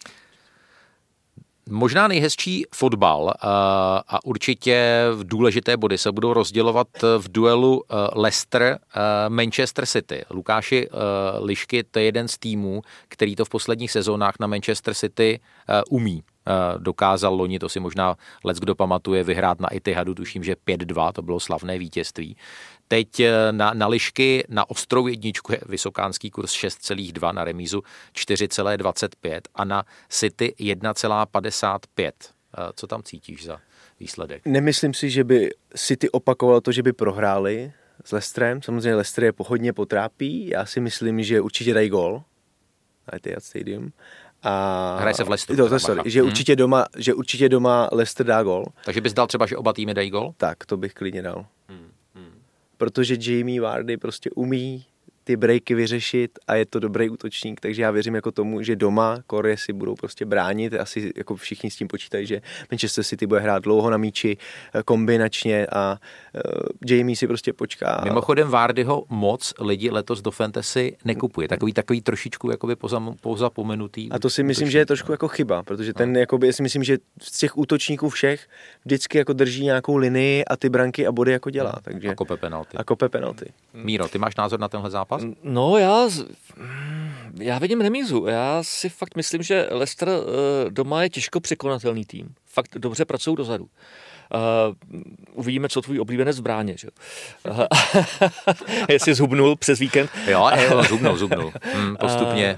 Možná nejhezčí fotbal a určitě v důležité body se budou rozdělovat v duelu Leicester-Manchester City. Lukáši Lišky, to je jeden z týmů, který to v posledních sezónách na Manchester City umí. Dokázal loni, to si možná leckdo pamatuje, vyhrát na Etihadu, tuším, že pět dva, to bylo slavné vítězství. Teď na, na Lišky, na ostrou jedničku je vysokánský kurz šest celá dva, na remízu čtyři celá dvacet pět a na City jedna celá padesát pět. Co tam cítíš za výsledek? Nemyslím si, že by City opakovalo to, že by prohráli s Leicesterem. Samozřejmě Leicester je hodně potrápí. Já si myslím, že určitě dají gól na Etihad Stadium. A hraje se v Leicesteru. To, sorry, že, hmm. určitě doma, že určitě doma Leicester dá gól. Takže bys dal třeba, že oba týmy dají gól? Tak, to bych klidně dal. Hmm. Hmm. Protože Jamie Vardy prostě umí ty breaky vyřešit a je to dobrý útočník, takže já věřím jako tomu, že doma Koreje si budou prostě bránit, asi jako všichni s tím počítají, že Manchester City bude hrát dlouho na míči, kombinačně a uh, Jamie si prostě počká. Mimochodem Vardyho moc lidi letos do fantasy nekupuje, takový takový trošičku jakoby pozapomenutý. A to si myslím, že je trošku jako chyba, protože ten no. jakoby, já si myslím, že z těch útočníků všech vždycky jako drží nějakou linii a ty branky a body jako dělá. Takže... A kope penalty. A kope penalty. Míro, ty máš názor na tenhle zápas? No já, já vidím remízu. Já si fakt myslím, že Leicester doma je těžko překonatelný tým. Fakt dobře pracují dozadu. Uh, uvidíme, co tvůj oblíbenec v bráně. Že? Uh, jestli zhubnul přes víkend. Jo, jo zhubnul, zhubnul. Hmm, postupně.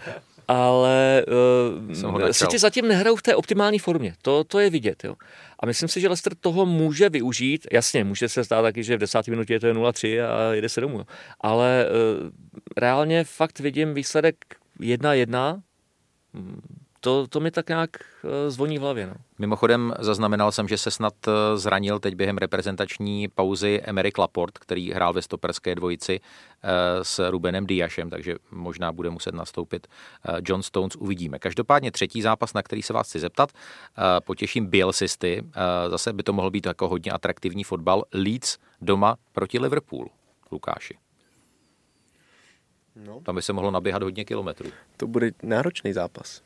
ale uh, City zatím nehrajou v té optimální formě. To, to je vidět. Jo. A myslím si, že Leicester toho může využít. Jasně, může se stát taky, že v desáté minutě je to nula tři a jede se domů. Jo. Ale uh, reálně fakt vidím výsledek jedna jedna. To, to mi tak nějak zvoní v hlavě. No. Mimochodem zaznamenal jsem, že se snad zranil teď během reprezentační pauzy Emerick Laporte, který hrál ve stoperské dvojici s Rubenem Diasem, takže možná bude muset nastoupit John Stones, uvidíme. Každopádně třetí zápas, na který se vás chci zeptat, potěším Bielsisty, zase by to mohl být jako hodně atraktivní fotbal, Leeds doma proti Liverpoolu, Lukáši. No. Tam by se mohlo naběhat hodně kilometrů. To bude náročný zápas.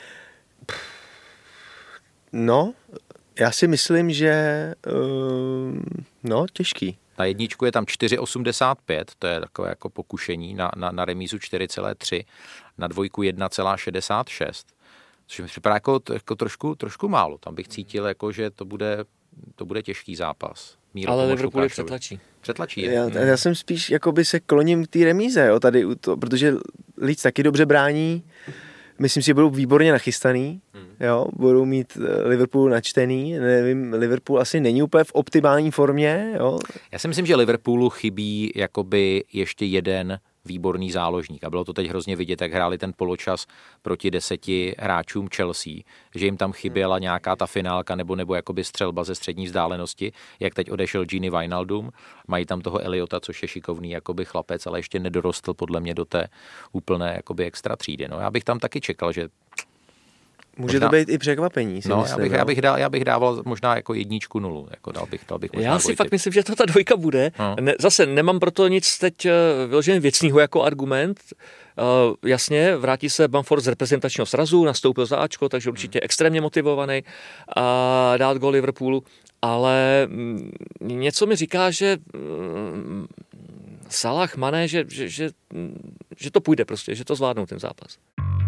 No, já si myslím, že uh, no, těžký. Na jedničku je tam čtyři osmdesát pět, to je takové jako pokušení, na, na, na remízu čtyři celá tři, na dvojku jedna celá šedesát šest, což mi připadá jako, jako trošku, trošku málo. Tam bych cítil, jako, že to bude, to bude těžký zápas. Míro, ale Liverpool je přetlačí. Přetlačí je. Já, já jsem spíš jakoby se kloním k té remíze, jo, tady, to, protože Leeds taky dobře brání. Myslím si, že budou výborně nachystaný, hmm. jo, budou mít Liverpool načtený, nevím, Liverpool asi není úplně v optimální formě, jo. Já si myslím, že Liverpoolu chybí jakoby ještě jeden výborný záložník a bylo to teď hrozně vidět, jak hráli ten poločas proti deseti hráčům Chelsea, že jim tam chyběla nějaká ta finálka nebo, nebo jakoby střelba ze střední vzdálenosti, jak teď odešel Gini Wijnaldum, mají tam toho Eliota, což je šikovný jakoby chlapec, ale ještě nedorostl podle mě do té úplné jakoby extra třídy. No já bych tam taky čekal, že může možná, to být i překvapení, si no, myslím. Já bych, já, bych dal, já bych dával možná jako jedničku nulu. Jako dal bych, dal bych já si dvojky. Fakt myslím, že to ta dvojka bude. No. Ne, zase nemám proto nic teď vyloženě věcného jako argument. Uh, jasně, vrátí se Bamford z reprezentačního srazu, nastoupil za Ačko, takže určitě hmm. extrémně motivovaný a uh, dát gol Liverpoolu, ale mm, něco mi říká, že mm, Salah, Mané, že, že, že, že to půjde prostě, že to zvládnou ten zápas.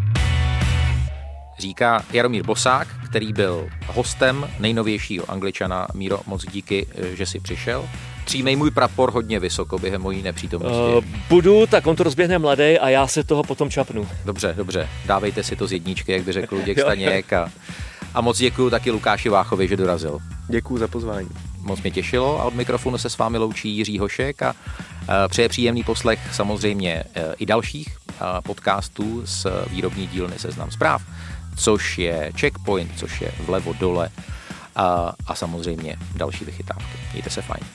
Říká Jaromír Bosák, který byl hostem nejnovějšího Angličana. Míro, moc díky, že jsi přišel. Přijmej můj prapor hodně vysoko během mojí nepřítomnosti. Uh, budu, tak on to rozběhne mladej a já se toho potom čapnu. Dobře, dobře. Dávejte si to z jedničky, jak by řekl Luděk Staněk. A, a moc děkuju taky Lukáši Váchovi, že dorazil. Děkuju za pozvání. Moc mě těšilo a od mikrofonu se s vámi loučí Jiří Hošek a přeje příjemný poslech samozřejmě i dalších podcastů z výrobní dílny Seznam zpráv, což je Checkpoint, což je vlevo dole a, a samozřejmě další vychytávky. Mějte se fajn.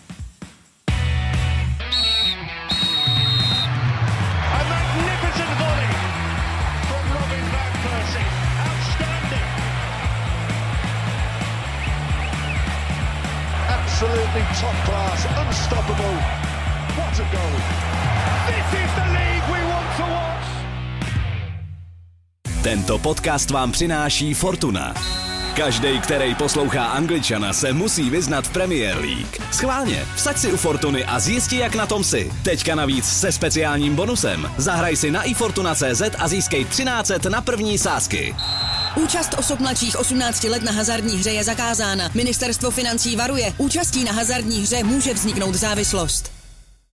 Absolutely top class, unstoppable. What a goal. This is the league we want to watch. Tento podcast vám přináší Fortuna. Každej, který poslouchá Angličana, se musí vyznat v Premier League. Schválně, vsaď si u Fortuny a zjisti, jak na tom si. Teďka navíc se speciálním bonusem. Zahraj si na ifortuna tečka cé zet a získej třináct set na první sázky. Účast osob mladších osmnácti let na hazardní hře je zakázána. Ministerstvo financí varuje. Účastí na hazardní hře může vzniknout závislost.